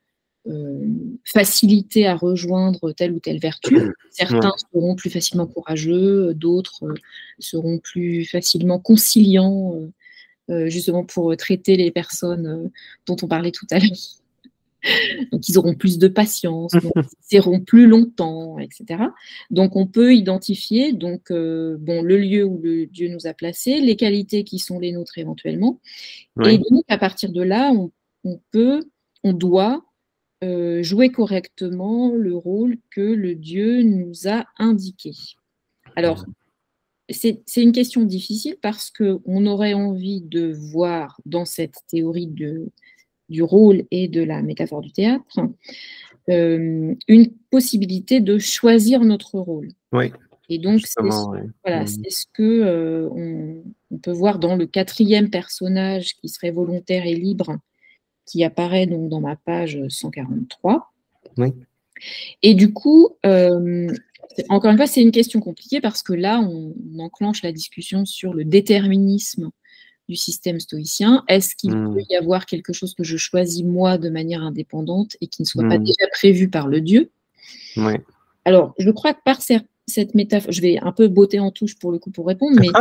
facilités à rejoindre telle ou telle vertu. Ouais, Certains seront plus facilement courageux, d'autres seront plus facilement conciliants, justement pour traiter les personnes dont on parlait tout à l'heure. Donc, ils auront plus de patience, donc ils iront plus longtemps, etc. Donc, on peut identifier donc, le lieu où le Dieu nous a placés, les qualités qui sont les nôtres éventuellement. Oui. Et donc, à partir de là, on doit jouer correctement le rôle que le Dieu nous a indiqué. Alors, c'est une question difficile parce qu'on aurait envie de voir dans cette théorie du rôle et de la métaphore du théâtre une possibilité de choisir notre rôle. Oui, et donc, justement, oui. c'est ce que on peut voir dans le 4e personnage qui serait volontaire et libre, qui apparaît donc dans ma page 143. Oui. Et du coup, encore une fois, c'est une question compliquée parce que là, on enclenche la discussion sur le déterminisme du système stoïcien. Est-ce qu'il peut y avoir quelque chose que je choisis moi de manière indépendante et qui ne soit pas déjà prévu par le Dieu? Oui. Alors, je crois que par cette métaphore, je vais un peu botter en touche pour le coup pour répondre, mais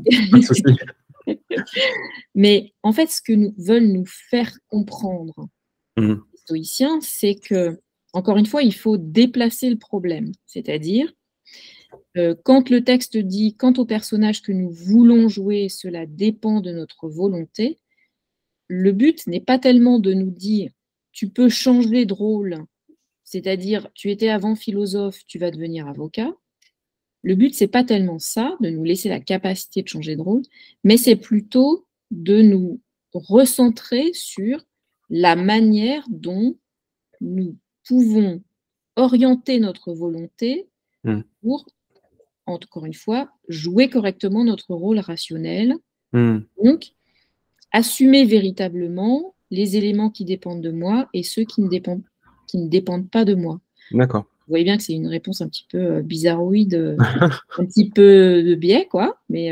mais en fait, ce que veulent nous faire comprendre les stoïciens, c'est que, encore une fois, il faut déplacer le problème. C'est-à-dire, quand le texte dit: «Quant au personnage que nous voulons jouer, cela dépend de notre volonté», le but n'est pas tellement de nous dire: «Tu peux changer de rôle», c'est-à-dire: «Tu étais avant philosophe, tu vas devenir avocat». Le but, c'est pas tellement ça, de nous laisser la capacité de changer de rôle, mais c'est plutôt de nous recentrer sur la manière dont nous pouvons orienter notre volonté pour, encore une fois, jouer correctement notre rôle rationnel. Donc, assumer véritablement les éléments qui dépendent de moi et ceux qui ne dépendent pas de moi. D'accord. Vous voyez bien que c'est une réponse un petit peu bizarroïde, un petit peu de biais, quoi. Mais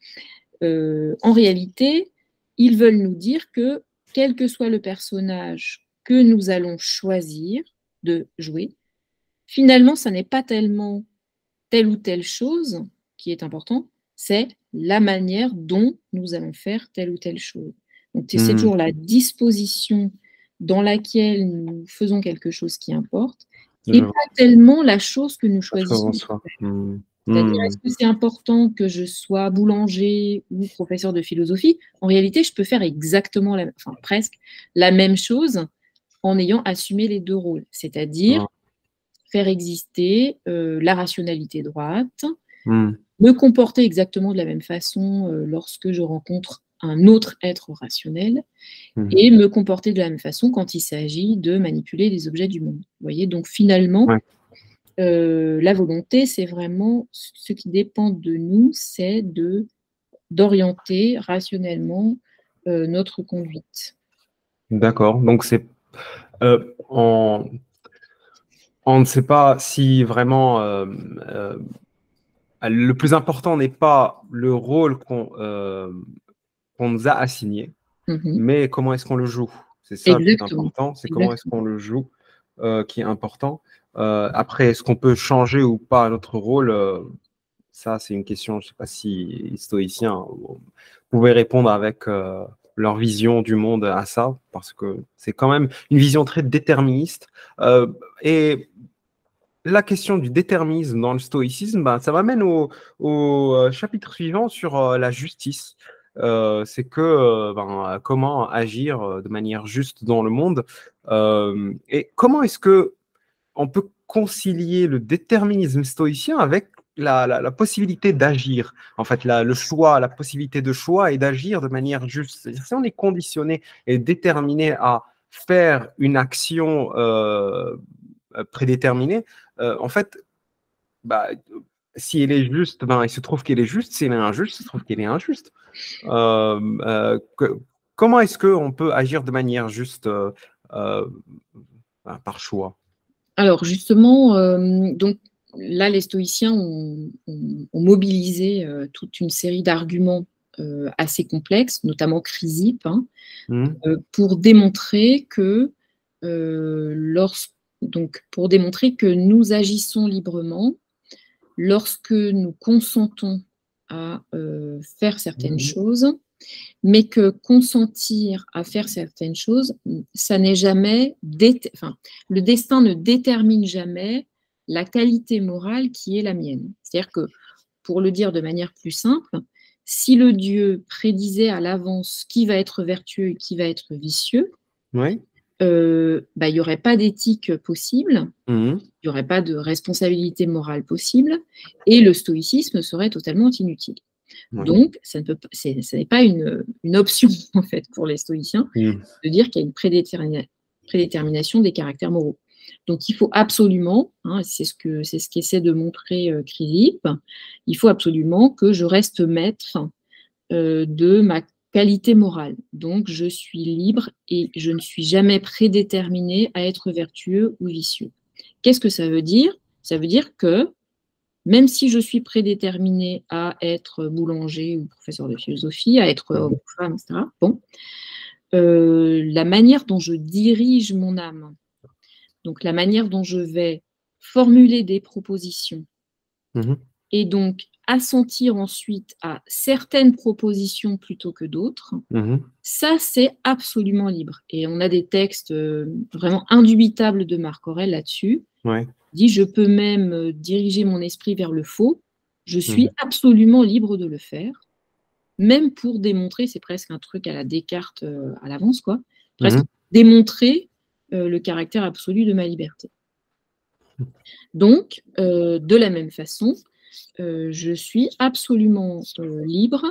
en réalité, ils veulent nous dire que, quel que soit le personnage que nous allons choisir de jouer, finalement, ça n'est pas tellement telle ou telle chose qui est important, c'est la manière dont nous allons faire telle ou telle chose. Donc, c'est toujours la disposition dans laquelle nous faisons quelque chose qui importe, et pas tellement la chose que nous choisissons de faire. C'est-à-dire, est-ce que c'est important que je sois boulanger ou professeur de philosophie? En réalité, je peux faire exactement presque la même chose en ayant assumé les 2 rôles. C'est-à-dire faire exister la rationalité droite, me comporter exactement de la même façon lorsque je rencontre un autre être rationnel, et me comporter de la même façon quand il s'agit de manipuler les objets du monde. Vous voyez? Donc finalement, la volonté, c'est vraiment ce qui dépend de nous, c'est d'orienter rationnellement notre conduite. D'accord. Donc c'est on ne sait pas si vraiment le plus important n'est pas le rôle qu'on nous a assigné, mais comment est-ce qu'on le joue. C'est ça le plus important, c'est comment est-ce qu'on le joue qui est important. Après, est-ce qu'on peut changer ou pas notre rôle, ça c'est une question, je ne sais pas si les stoïciens pouvaient répondre avec leur vision du monde à ça, parce que c'est quand même une vision très déterministe. Et la question du déterminisme dans le stoïcisme, ça m'amène au chapitre suivant sur la justice. C'est que comment agir de manière juste dans le monde, et comment est-ce que on peut concilier le déterminisme stoïcien avec la possibilité d'agir, en fait, le choix, la possibilité de choix et d'agir de manière juste. C'est-à-dire, si on est conditionné et déterminé à faire une action prédéterminée, en fait, si elle est juste, il se trouve qu'elle est juste. Si elle est injuste, il se trouve qu'elle est injuste. Comment est-ce qu'on peut agir de manière juste par choix? Alors justement, donc là, les stoïciens ont mobilisé toute une série d'arguments assez complexes, notamment Chrysippe, pour démontrer que pour démontrer que nous agissons librement lorsque nous consentons à faire certaines choses mais que consentir à faire certaines choses, ça n'est jamais, le destin ne détermine jamais la qualité morale qui est la mienne. C'est-à-dire que, pour le dire de manière plus simple, si le Dieu prédisait à l'avance qui va être vertueux et qui va être vicieux, Oui. Il n'y aurait pas d'éthique possible, il n'y aurait pas de responsabilité morale possible, et le stoïcisme serait totalement inutile. Oui. Donc, ce n'est pas une option, en fait, pour les stoïciens, de dire qu'il y a une prédétermination des caractères moraux. Donc, il faut absolument, c'est ce qu'essaie de montrer Chrysippe, il faut absolument que je reste maître de ma qualité morale. Donc, je suis libre et je ne suis jamais prédéterminé à être vertueux ou vicieux. Qu'est-ce que ça veut dire? Ça veut dire que même si je suis prédéterminé à être boulanger ou professeur de philosophie, à être homme ou femme, etc., bon, la manière dont je dirige mon âme, donc la manière dont je vais formuler des propositions, et donc assentir ensuite à certaines propositions plutôt que d'autres, ça, c'est absolument libre. Et on a des textes vraiment indubitables de Marc Aurèle là-dessus. Ouais. Il dit, je peux même diriger mon esprit vers le faux. Je suis absolument libre de le faire, même pour démontrer, c'est presque un truc à la Descartes à l'avance, quoi, presque démontrer le caractère absolu de ma liberté. Donc, de la même façon, je suis absolument libre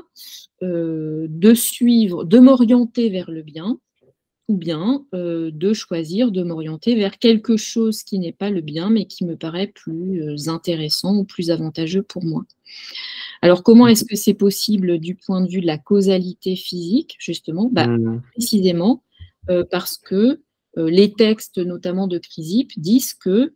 de suivre, de m'orienter vers le bien, ou bien de choisir de m'orienter vers quelque chose qui n'est pas le bien, mais qui me paraît plus intéressant ou plus avantageux pour moi. Alors, comment est-ce que c'est possible du point de vue de la causalité physique, justement? Précisément parce que les textes, notamment de Chrysippe, disent que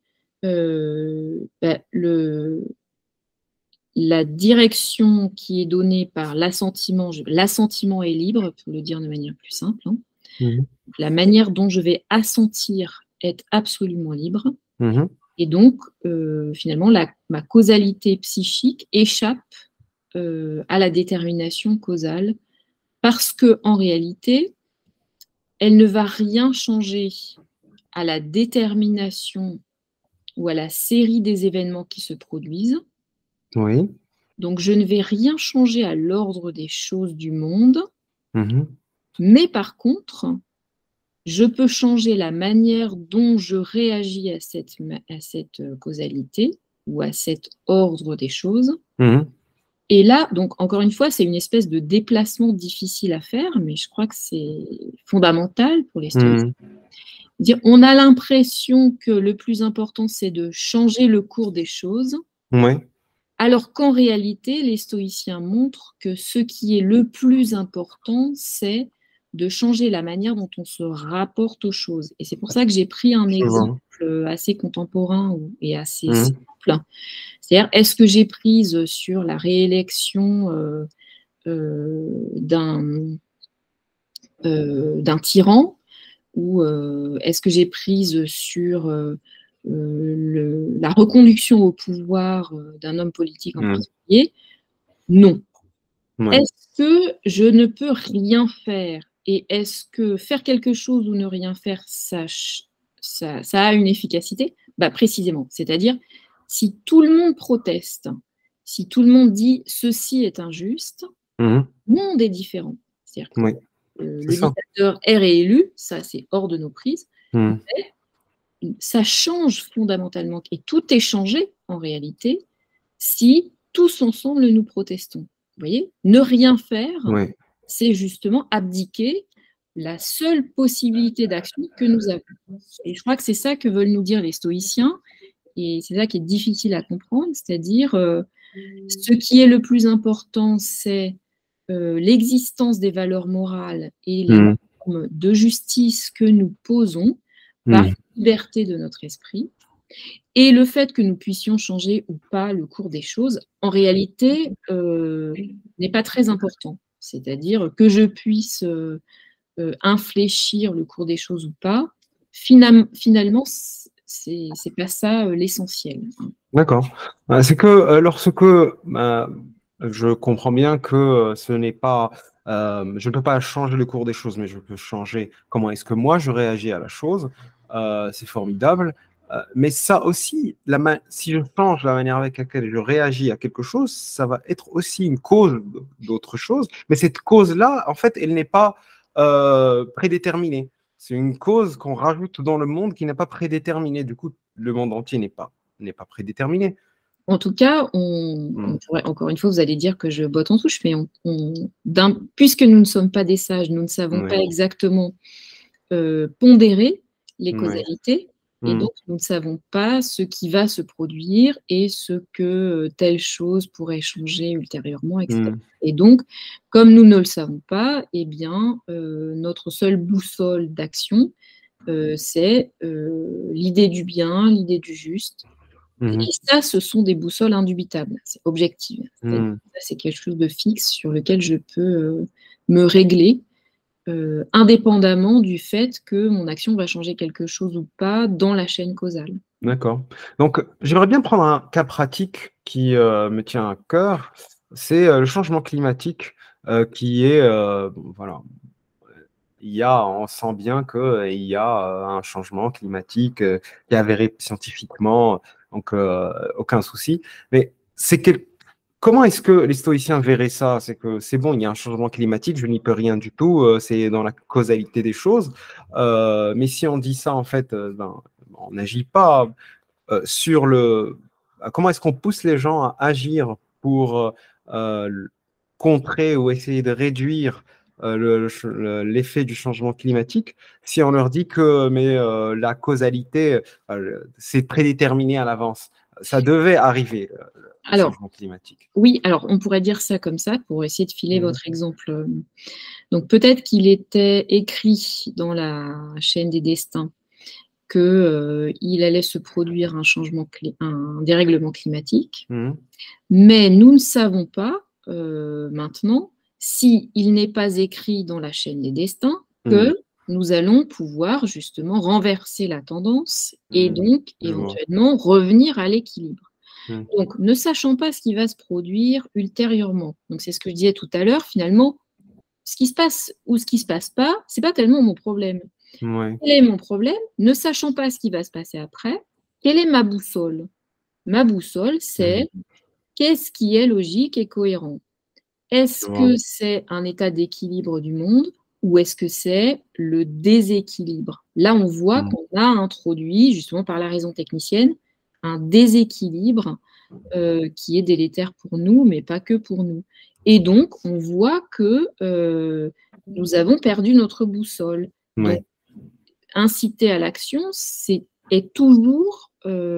la direction qui est donnée par l'assentiment est libre, pour le dire de manière plus simple. La manière dont je vais assentir est absolument libre. Et donc, finalement, ma causalité psychique échappe à la détermination causale parce qu'en réalité, elle ne va rien changer à la détermination ou à la série des événements qui se produisent. Oui. Donc, je ne vais rien changer à l'ordre des choses du monde, mais par contre, je peux changer la manière dont je réagis à cette causalité ou à cet ordre des choses. Et là, donc, encore une fois, c'est une espèce de déplacement difficile à faire, mais je crois que c'est fondamental pour les stoïciens. On a l'impression que le plus important, c'est de changer le cours des choses, alors qu'en réalité, les stoïciens montrent que ce qui est le plus important, c'est de changer la manière dont on se rapporte aux choses. Et c'est pour ça que j'ai pris un exemple assez contemporain et assez simple. C'est-à-dire, est-ce que j'ai prise sur la réélection d'un tyran, ou est-ce que j'ai prise sur la reconduction au pouvoir d'un homme politique en particulier? Non. Est-ce que je ne peux rien faire? Et est-ce que faire quelque chose ou ne rien faire, ça a une efficacité? Précisément. C'est-à-dire, si tout le monde proteste, si tout le monde dit « ceci est injuste », le monde est différent. C'est-à-dire que le dictateur est réélu, ça c'est hors de nos prises, mais ça change fondamentalement. Et tout est changé en réalité si tous ensemble nous protestons. Vous voyez, ne rien faire, c'est justement abdiquer la seule possibilité d'action que nous avons. Et je crois que c'est ça que veulent nous dire les stoïciens, et c'est ça qui est difficile à comprendre, c'est-à-dire ce qui est le plus important, c'est l'existence des valeurs morales et la norme de justice que nous posons par la liberté de notre esprit. Et le fait que nous puissions changer ou pas le cours des choses, en réalité, n'est pas très important. C'est-à-dire que je puisse infléchir le cours des choses ou pas, finalement, c'est pas ça l'essentiel. D'accord. C'est que lorsque je comprends bien que ce n'est pas Je ne peux pas changer le cours des choses, mais je peux changer comment est-ce que moi je réagis à la chose. C'est formidable. Mais ça aussi, si je change la manière avec laquelle je réagis à quelque chose, ça va être aussi une cause d'autre chose. Mais cette cause-là, en fait, elle n'est pas prédéterminée. C'est une cause qu'on rajoute dans le monde qui n'est pas prédéterminée. Du coup, le monde entier n'est pas prédéterminé. En tout cas, on pourrait, encore une fois, vous allez dire que je botte en touche, mais puisque nous ne sommes pas des sages, nous ne savons pas exactement pondérer les causalités, et donc nous ne savons pas ce qui va se produire et ce que telle chose pourrait changer ultérieurement, etc. Et donc, comme nous ne le savons pas, eh bien, notre seule boussole d'action, c'est l'idée du bien, l'idée du juste. Et ça, ce sont des boussoles indubitables, c'est objectif. C'est quelque chose de fixe sur lequel je peux me régler, indépendamment du fait que mon action va changer quelque chose ou pas dans la chaîne causale. D'accord. Donc, j'aimerais bien prendre un cas pratique qui me tient à cœur. C'est le changement climatique qui est, voilà, on sent bien qu'il y a un changement climatique qui est avéré scientifiquement, donc aucun souci. Mais comment est-ce que les stoïciens verraient ça? C'est que c'est bon, il y a un changement climatique, je n'y peux rien du tout, c'est dans la causalité des choses. Mais si on dit ça, en fait, on n'agit pas sur comment est-ce qu'on pousse les gens à agir pour contrer ou essayer de réduire l'effet du changement climatique si on leur dit que la causalité, c'est prédéterminé à l'avance. Ça devait arriver, le changement climatique. Oui, alors on pourrait dire ça comme ça pour essayer de filer votre exemple. Donc peut-être qu'il était écrit dans la chaîne des destins qu'il allait se produire un dérèglement climatique, mais nous ne savons pas maintenant, s'il n'est pas écrit dans la chaîne des destins, que nous allons pouvoir justement renverser la tendance et donc éventuellement revenir à l'équilibre. Donc, ne sachant pas ce qui va se produire ultérieurement, donc c'est ce que je disais tout à l'heure, finalement, ce qui se passe ou ce qui ne se passe pas, ce n'est pas tellement mon problème. Quel est mon problème? Ne sachant pas ce qui va se passer après, quelle est ma boussole? Ma boussole, c'est qu'est-ce qui est logique et cohérent? Est-ce que c'est un état d'équilibre du monde ou est-ce que c'est le déséquilibre? Là, on voit qu'on a introduit, justement par la raison technicienne, un déséquilibre qui est délétère pour nous, mais pas que pour nous. Et donc, on voit que nous avons perdu notre boussole. Donc, inciter à l'action, est toujours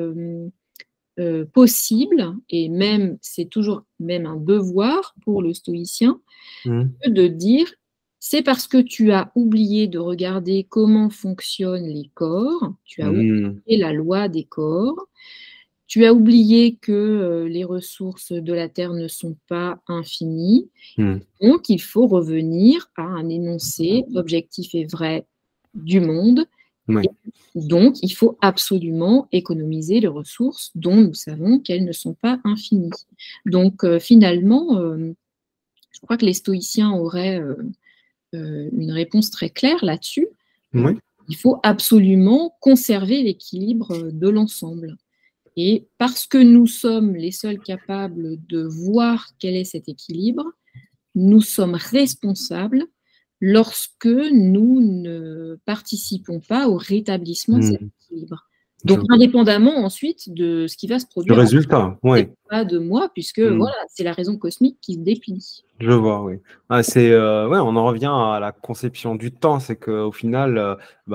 possible, et même c'est toujours même un devoir pour le stoïcien de dire c'est parce que tu as oublié de regarder comment fonctionnent les corps, tu as oublié la loi des corps, tu as oublié que les ressources de la Terre ne sont pas infinies, donc il faut revenir à un énoncé objectif et vrai du monde. Et donc, il faut absolument économiser les ressources dont nous savons qu'elles ne sont pas infinies. Donc, finalement, je crois que les stoïciens auraient une réponse très claire là-dessus. Il faut absolument conserver l'équilibre de l'ensemble. Et parce que nous sommes les seuls capables de voir quel est cet équilibre, nous sommes responsables lorsque nous ne participons pas au rétablissement de cet équilibre. Donc, indépendamment ensuite de ce qui va se produire. Le résultat, oui. Pas de moi, puisque voilà, c'est la raison cosmique qui se déplie. Je vois, oui. On en revient à la conception du temps, c'est qu'au final,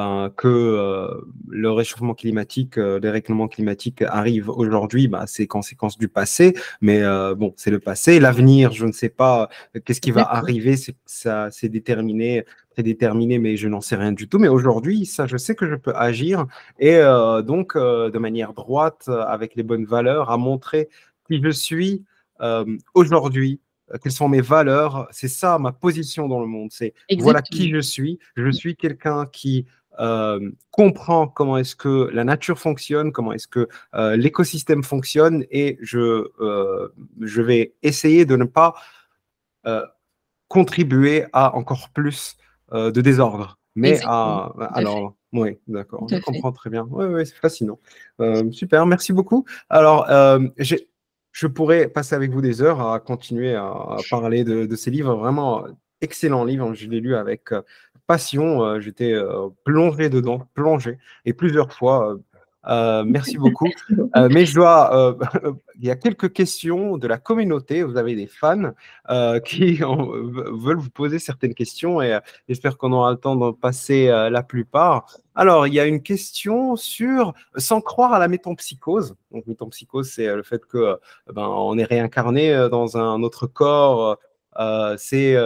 le réchauffement climatique, les règlements climatiques arrivent aujourd'hui, c'est conséquence du passé, mais bon, c'est le passé. L'avenir, je ne sais pas qu'est-ce qui va arriver, c'est déterminé, prédéterminé, mais je n'en sais rien du tout. Mais aujourd'hui, ça, je sais que je peux agir et donc, de manière droite, avec les bonnes valeurs, à montrer qui je suis aujourd'hui. Quelles sont mes valeurs, c'est ça ma position dans le monde, c'est voilà qui je suis quelqu'un qui comprend comment est-ce que la nature fonctionne, comment est-ce que l'écosystème fonctionne et je vais essayer de ne pas contribuer à encore plus de désordre. Mais Exactement, tout à fait, alors, oui, d'accord, tout je à fait. comprends très bien. Oui, oui, c'est fascinant. Super, merci beaucoup. Alors, je pourrais passer avec vous des heures à continuer à parler de ces livres, vraiment excellents livres. Je l'ai lu avec passion. J'étais plongé dedans, plongé, et plusieurs fois. Merci beaucoup. Merci beaucoup. Mais je dois, il y a quelques questions de la communauté. Vous avez des fans qui veulent vous poser certaines questions et j'espère qu'on aura le temps d'en passer la plupart. Alors, il y a une question sur sans croire à la métempsychose. Donc, métempsychose, c'est le fait que on est réincarné dans un autre corps. C'est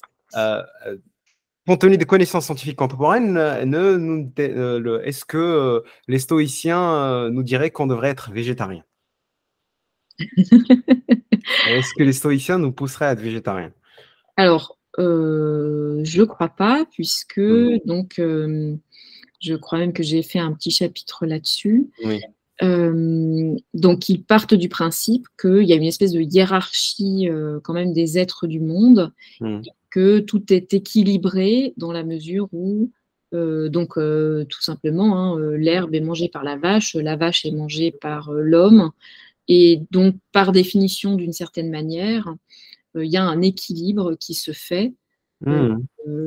compte tenu des connaissances scientifiques contemporaines, est-ce que les stoïciens nous diraient qu'on devrait être végétarien? Est-ce que les stoïciens nous pousseraient à être végétariens? Alors, je crois pas puisque Mmh. donc, je crois même que j'ai fait un petit chapitre là-dessus. Oui. Donc ils partent du principe qu'il y a une espèce de hiérarchie, quand même des êtres du monde, Mmh. que tout est équilibré dans la mesure où, tout simplement, hein, l'herbe est mangée par la vache est mangée par, l'homme et donc par définition, d'une certaine manière, il y a un équilibre qui se fait, heu Mmh.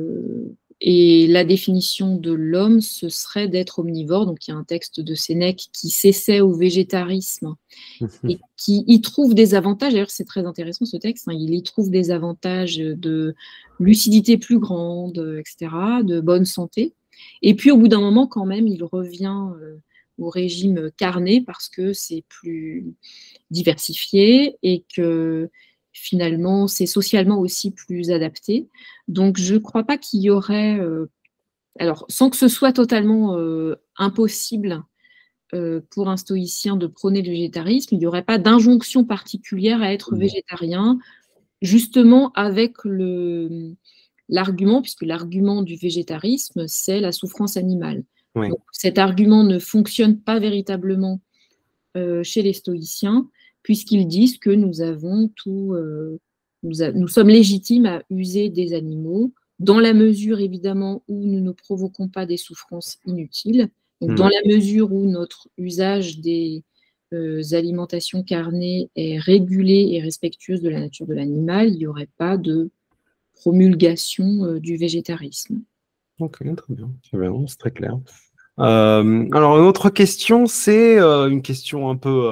et la définition de l'homme, ce serait d'être omnivore. Donc il y a un texte de Sénèque qui s'essaie au végétarisme et qui y trouve des avantages. D'ailleurs, c'est très intéressant ce texte, hein, il y trouve des avantages, de lucidité plus grande, et cetera, de bonne santé et puis au bout d'un moment quand même, il revient, au régime carné parce que c'est plus diversifié et que finalement, c'est socialement aussi plus adapté. Donc je ne crois pas qu'il y aurait, alors sans que ce soit totalement, impossible, pour un stoïcien de prôner le végétarisme, il n'y aurait pas d'injonction particulière à être Mmh. végétarien, justement avec l'argument, puisque l'argument du végétarisme, c'est la souffrance animale. Oui. Donc cet argument ne fonctionne pas véritablement chez les stoïciens, puisqu'ils disent que nous avons tout, nous sommes légitimes à user des animaux, dans la mesure évidemment où nous ne provoquons pas des souffrances inutiles. Donc dans Mmh. la mesure où notre usage des alimentations carnées est régulé et respectueuse de la nature de l'animal, il n'y aurait pas de promulgation du végétarisme. OK, très bien. Très bien, c'est très clair. Alors une autre question, c'est, une question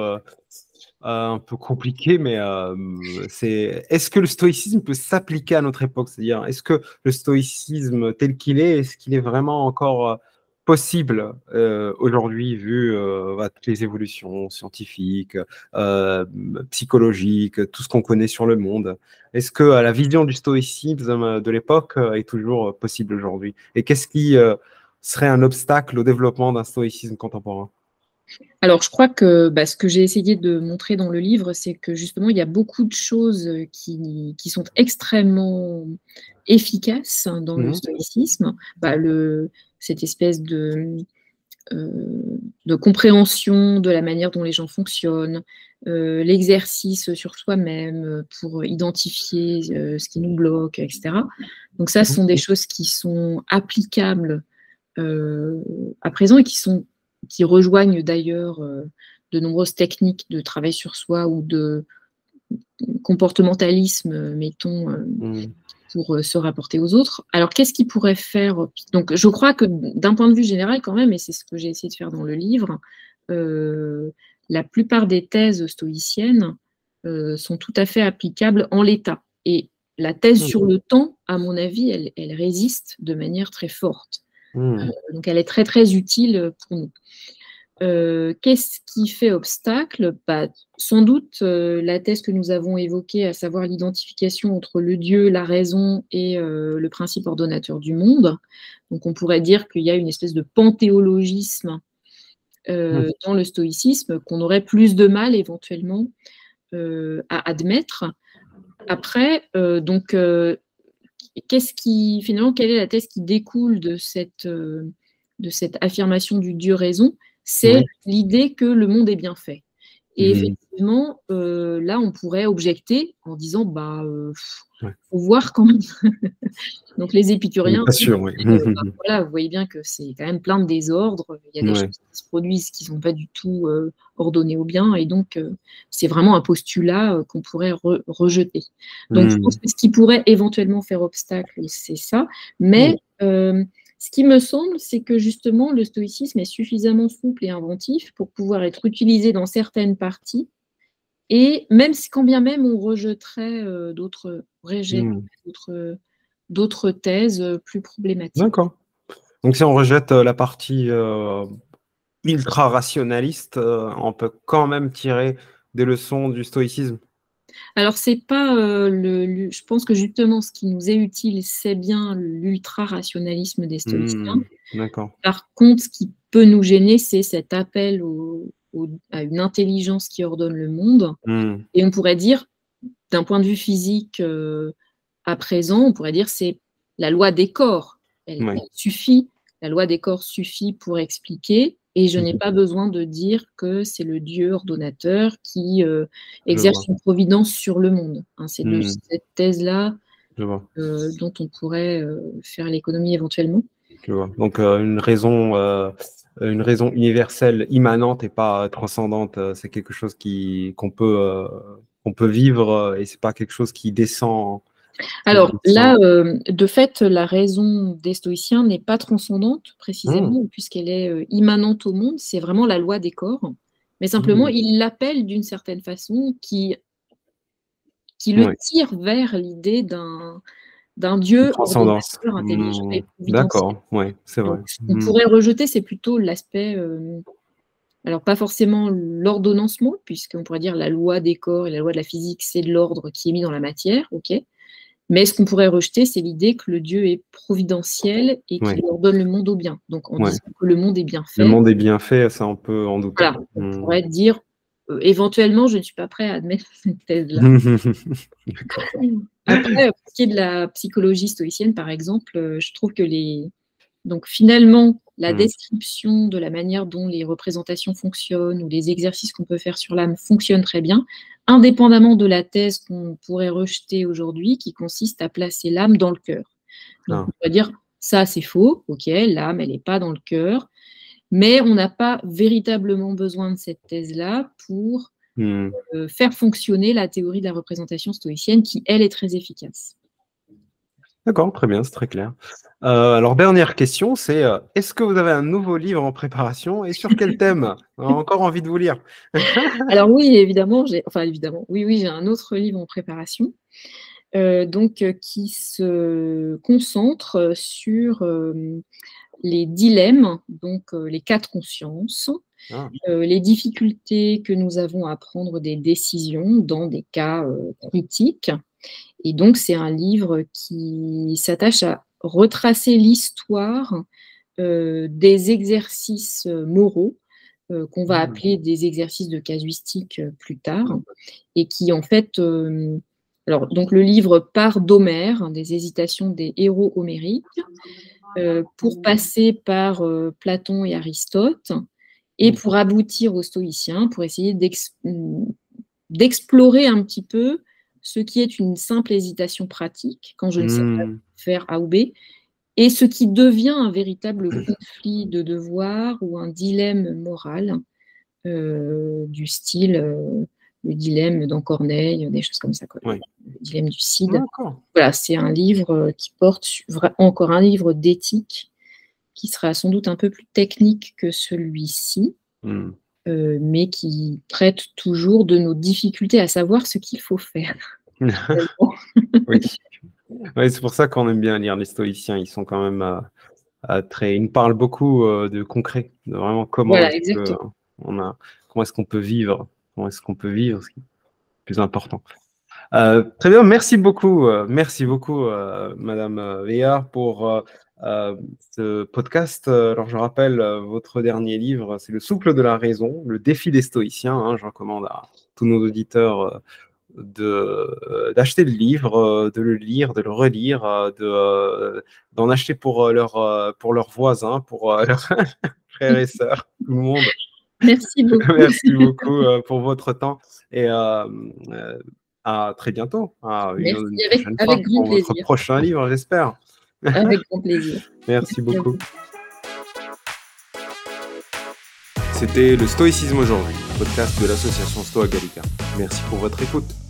un peu compliquée, mais c'est est-ce que le stoïcisme peut s'appliquer à notre époque? C'est-à-dire, est-ce que le stoïcisme tel qu'il est-ce qu'il est vraiment encore, possible, aujourd'hui vu, toutes les évolutions scientifiques, psychologiques, tout ce qu'on connaît sur le monde? Est-ce que, la vision du stoïcisme, de l'époque, est toujours, possible aujourd'hui? Et qu'est-ce qui, serait un obstacle au développement d'un stoïcisme contemporain? Alors, je crois que, ce que j'ai essayé de montrer dans le livre, c'est que justement, il y a beaucoup de choses, qui sont extrêmement efficaces dans le Mmh. stoïcisme. Cette espèce de compréhension de la manière dont les gens fonctionnent, l'exercice sur soi-même, pour identifier, ce qui nous bloque, et cetera. Donc ça, ce Mmh. sont des choses qui sont applicables à présent et qui rejoignent d'ailleurs de nombreuses techniques de travail sur soi ou de comportementalisme, mettons, Mmh. pour se rapporter aux autres. Alors, qu'est-ce qui pourrait faire? Donc, je crois que d'un point de vue général, quand même, et c'est ce que j'ai essayé de faire dans le livre, euh, la plupart des thèses stoïciennes sont tout à fait applicables en l'état. Et la thèse sur Mmh. le temps, à mon avis, elle résiste de manière très forte. Mmh. Donc elle est très, très utile pour nous. Qu'est-ce qui fait obstacle? Sans doute, la thèse que nous avons évoquée, à savoir l'identification entre le Dieu, la raison et le principe ordonnateur du monde. Donc on pourrait dire qu'il y a une espèce de panthéologisme, Mmh. dans le stoïcisme qu'on aurait plus de mal éventuellement, à admettre. Après, quelle est la thèse qui découle de cette affirmation du Dieu raison? C'est Oui. l'idée que le monde est bien fait Et effectivement, là, on pourrait objecter en disant, faut voir quand même. Donc les épicuriens, pas sûr, oui. voilà, vous voyez bien que c'est quand même plein de désordre. Il y a des choses qui se produisent qui sont pas du tout ordonnées au bien, et donc c'est vraiment un postulat qu'on pourrait rejeter. Donc je pense que ce qui pourrait éventuellement faire obstacle, c'est ça. Mais ce qui me semble, c'est que justement le stoïcisme est suffisamment souple et inventif pour pouvoir être utilisé dans certaines parties, et même si, quand bien même on rejetterait d'autres thèses plus problématiques. D'accord. Donc si on rejette la partie ultra-rationaliste, on peut quand même tirer des leçons du stoïcisme. Alors c'est pas je pense que justement ce qui nous est utile, c'est bien l'ultra-rationalisme des stoïciens. D'accord. Par contre, ce qui peut nous gêner, c'est cet appel à une intelligence qui ordonne le monde. Et on pourrait dire, d'un point de vue physique, à présent, on pourrait dire c'est la loi des corps. Elle suffit, la loi des corps suffit pour expliquer, et je n'ai pas besoin de dire que c'est le Dieu ordonnateur qui exerce une providence sur le monde. Hein, c'est de cette thèse-là dont on pourrait faire l'économie éventuellement. Je vois. Donc une raison universelle, immanente et pas transcendante, c'est quelque chose qu'on peut vivre, et c'est pas quelque chose qui descend. Alors là, de fait, la raison des stoïciens n'est pas transcendante, précisément, puisqu'elle est immanente au monde. C'est vraiment la loi des corps. Mais simplement, ils l'appellent d'une certaine façon qui le tire vers l'idée d'un Dieu transcendance. ordonnateur, intelligent et providentiel. D'accord, oui, c'est vrai. Donc, ce qu'on pourrait rejeter, c'est plutôt l'aspect, alors pas forcément l'ordonnancement, puisqu'on pourrait dire la loi des corps et la loi de la physique, c'est de l'ordre qui est mis dans la matière, ok. Mais ce qu'on pourrait rejeter, c'est l'idée que le Dieu est providentiel et qu'il ordonne le monde au bien. Donc en disant que le monde est bien fait. Le monde est bien fait, ça on peut en douter. Voilà, on pourrait dire, éventuellement, je ne suis pas prêt à admettre cette thèse-là. Après, pour ce qui est de la psychologie stoïcienne, par exemple, je trouve que donc finalement, la description de la manière dont les représentations fonctionnent ou les exercices qu'on peut faire sur l'âme fonctionnent très bien, indépendamment de la thèse qu'on pourrait rejeter aujourd'hui, qui consiste à placer l'âme dans le cœur. Donc, on va dire, ça c'est faux, ok, l'âme, elle n'est pas dans le cœur, mais on n'a pas véritablement besoin de cette thèse-là pour faire fonctionner la théorie de la représentation stoïcienne, qui, elle, est très efficace. D'accord, très bien, c'est très clair. Alors, dernière question, c'est est-ce que vous avez un nouveau livre en préparation, et sur quel thème? On a encore envie de vous lire. Alors oui, évidemment, j'ai un autre livre en préparation, qui se concentre sur les dilemmes, donc les cas de conscience, les difficultés que nous avons à prendre des décisions dans des cas critiques. Et donc, c'est un livre qui s'attache à retracer l'histoire des exercices moraux, qu'on va appeler des exercices de casuistique plus tard, et qui, en fait, alors, donc le livre part d'Homère, des hésitations des héros homériques, pour passer par Platon et Aristote, et pour aboutir aux stoïciens, pour essayer d'explorer un petit peu ce qui est une simple hésitation pratique, quand je ne sais pas faire A ou B, et ce qui devient un véritable conflit de devoir ou un dilemme moral, du style le dilemme dans Corneille, des choses comme ça, quoi. Le dilemme du Cid. Voilà, c'est un livre qui porte encore un livre d'éthique qui sera sans doute un peu plus technique que celui-ci, mais qui traite toujours de nos difficultés à savoir ce qu'il faut faire. Oui, c'est pour ça qu'on aime bien lire les stoïciens. Ils sont quand même ils nous parlent beaucoup de concret, de vraiment comment est-ce qu'on peut vivre, ce qui est le plus important. Très bien, merci beaucoup, Madame Veillard, pour ce podcast. Alors, je rappelle, votre dernier livre, c'est Le souffle de la raison, le défi des stoïciens. Hein. Je recommande à tous nos auditeurs d'acheter le livre, de le lire, de le relire, d'en acheter pour leurs voisins, pour leurs frères et sœurs, tout le monde. Merci beaucoup. Merci beaucoup pour votre temps et à très bientôt, à Merci, une prochaine fois avec grand pour votre plaisir. prochain livre, j'espère. Avec grand plaisir. Merci Merci à beaucoup. vous. C'était le Stoïcisme aujourd'hui, podcast de l'association Stoa Gallica. Merci pour votre écoute.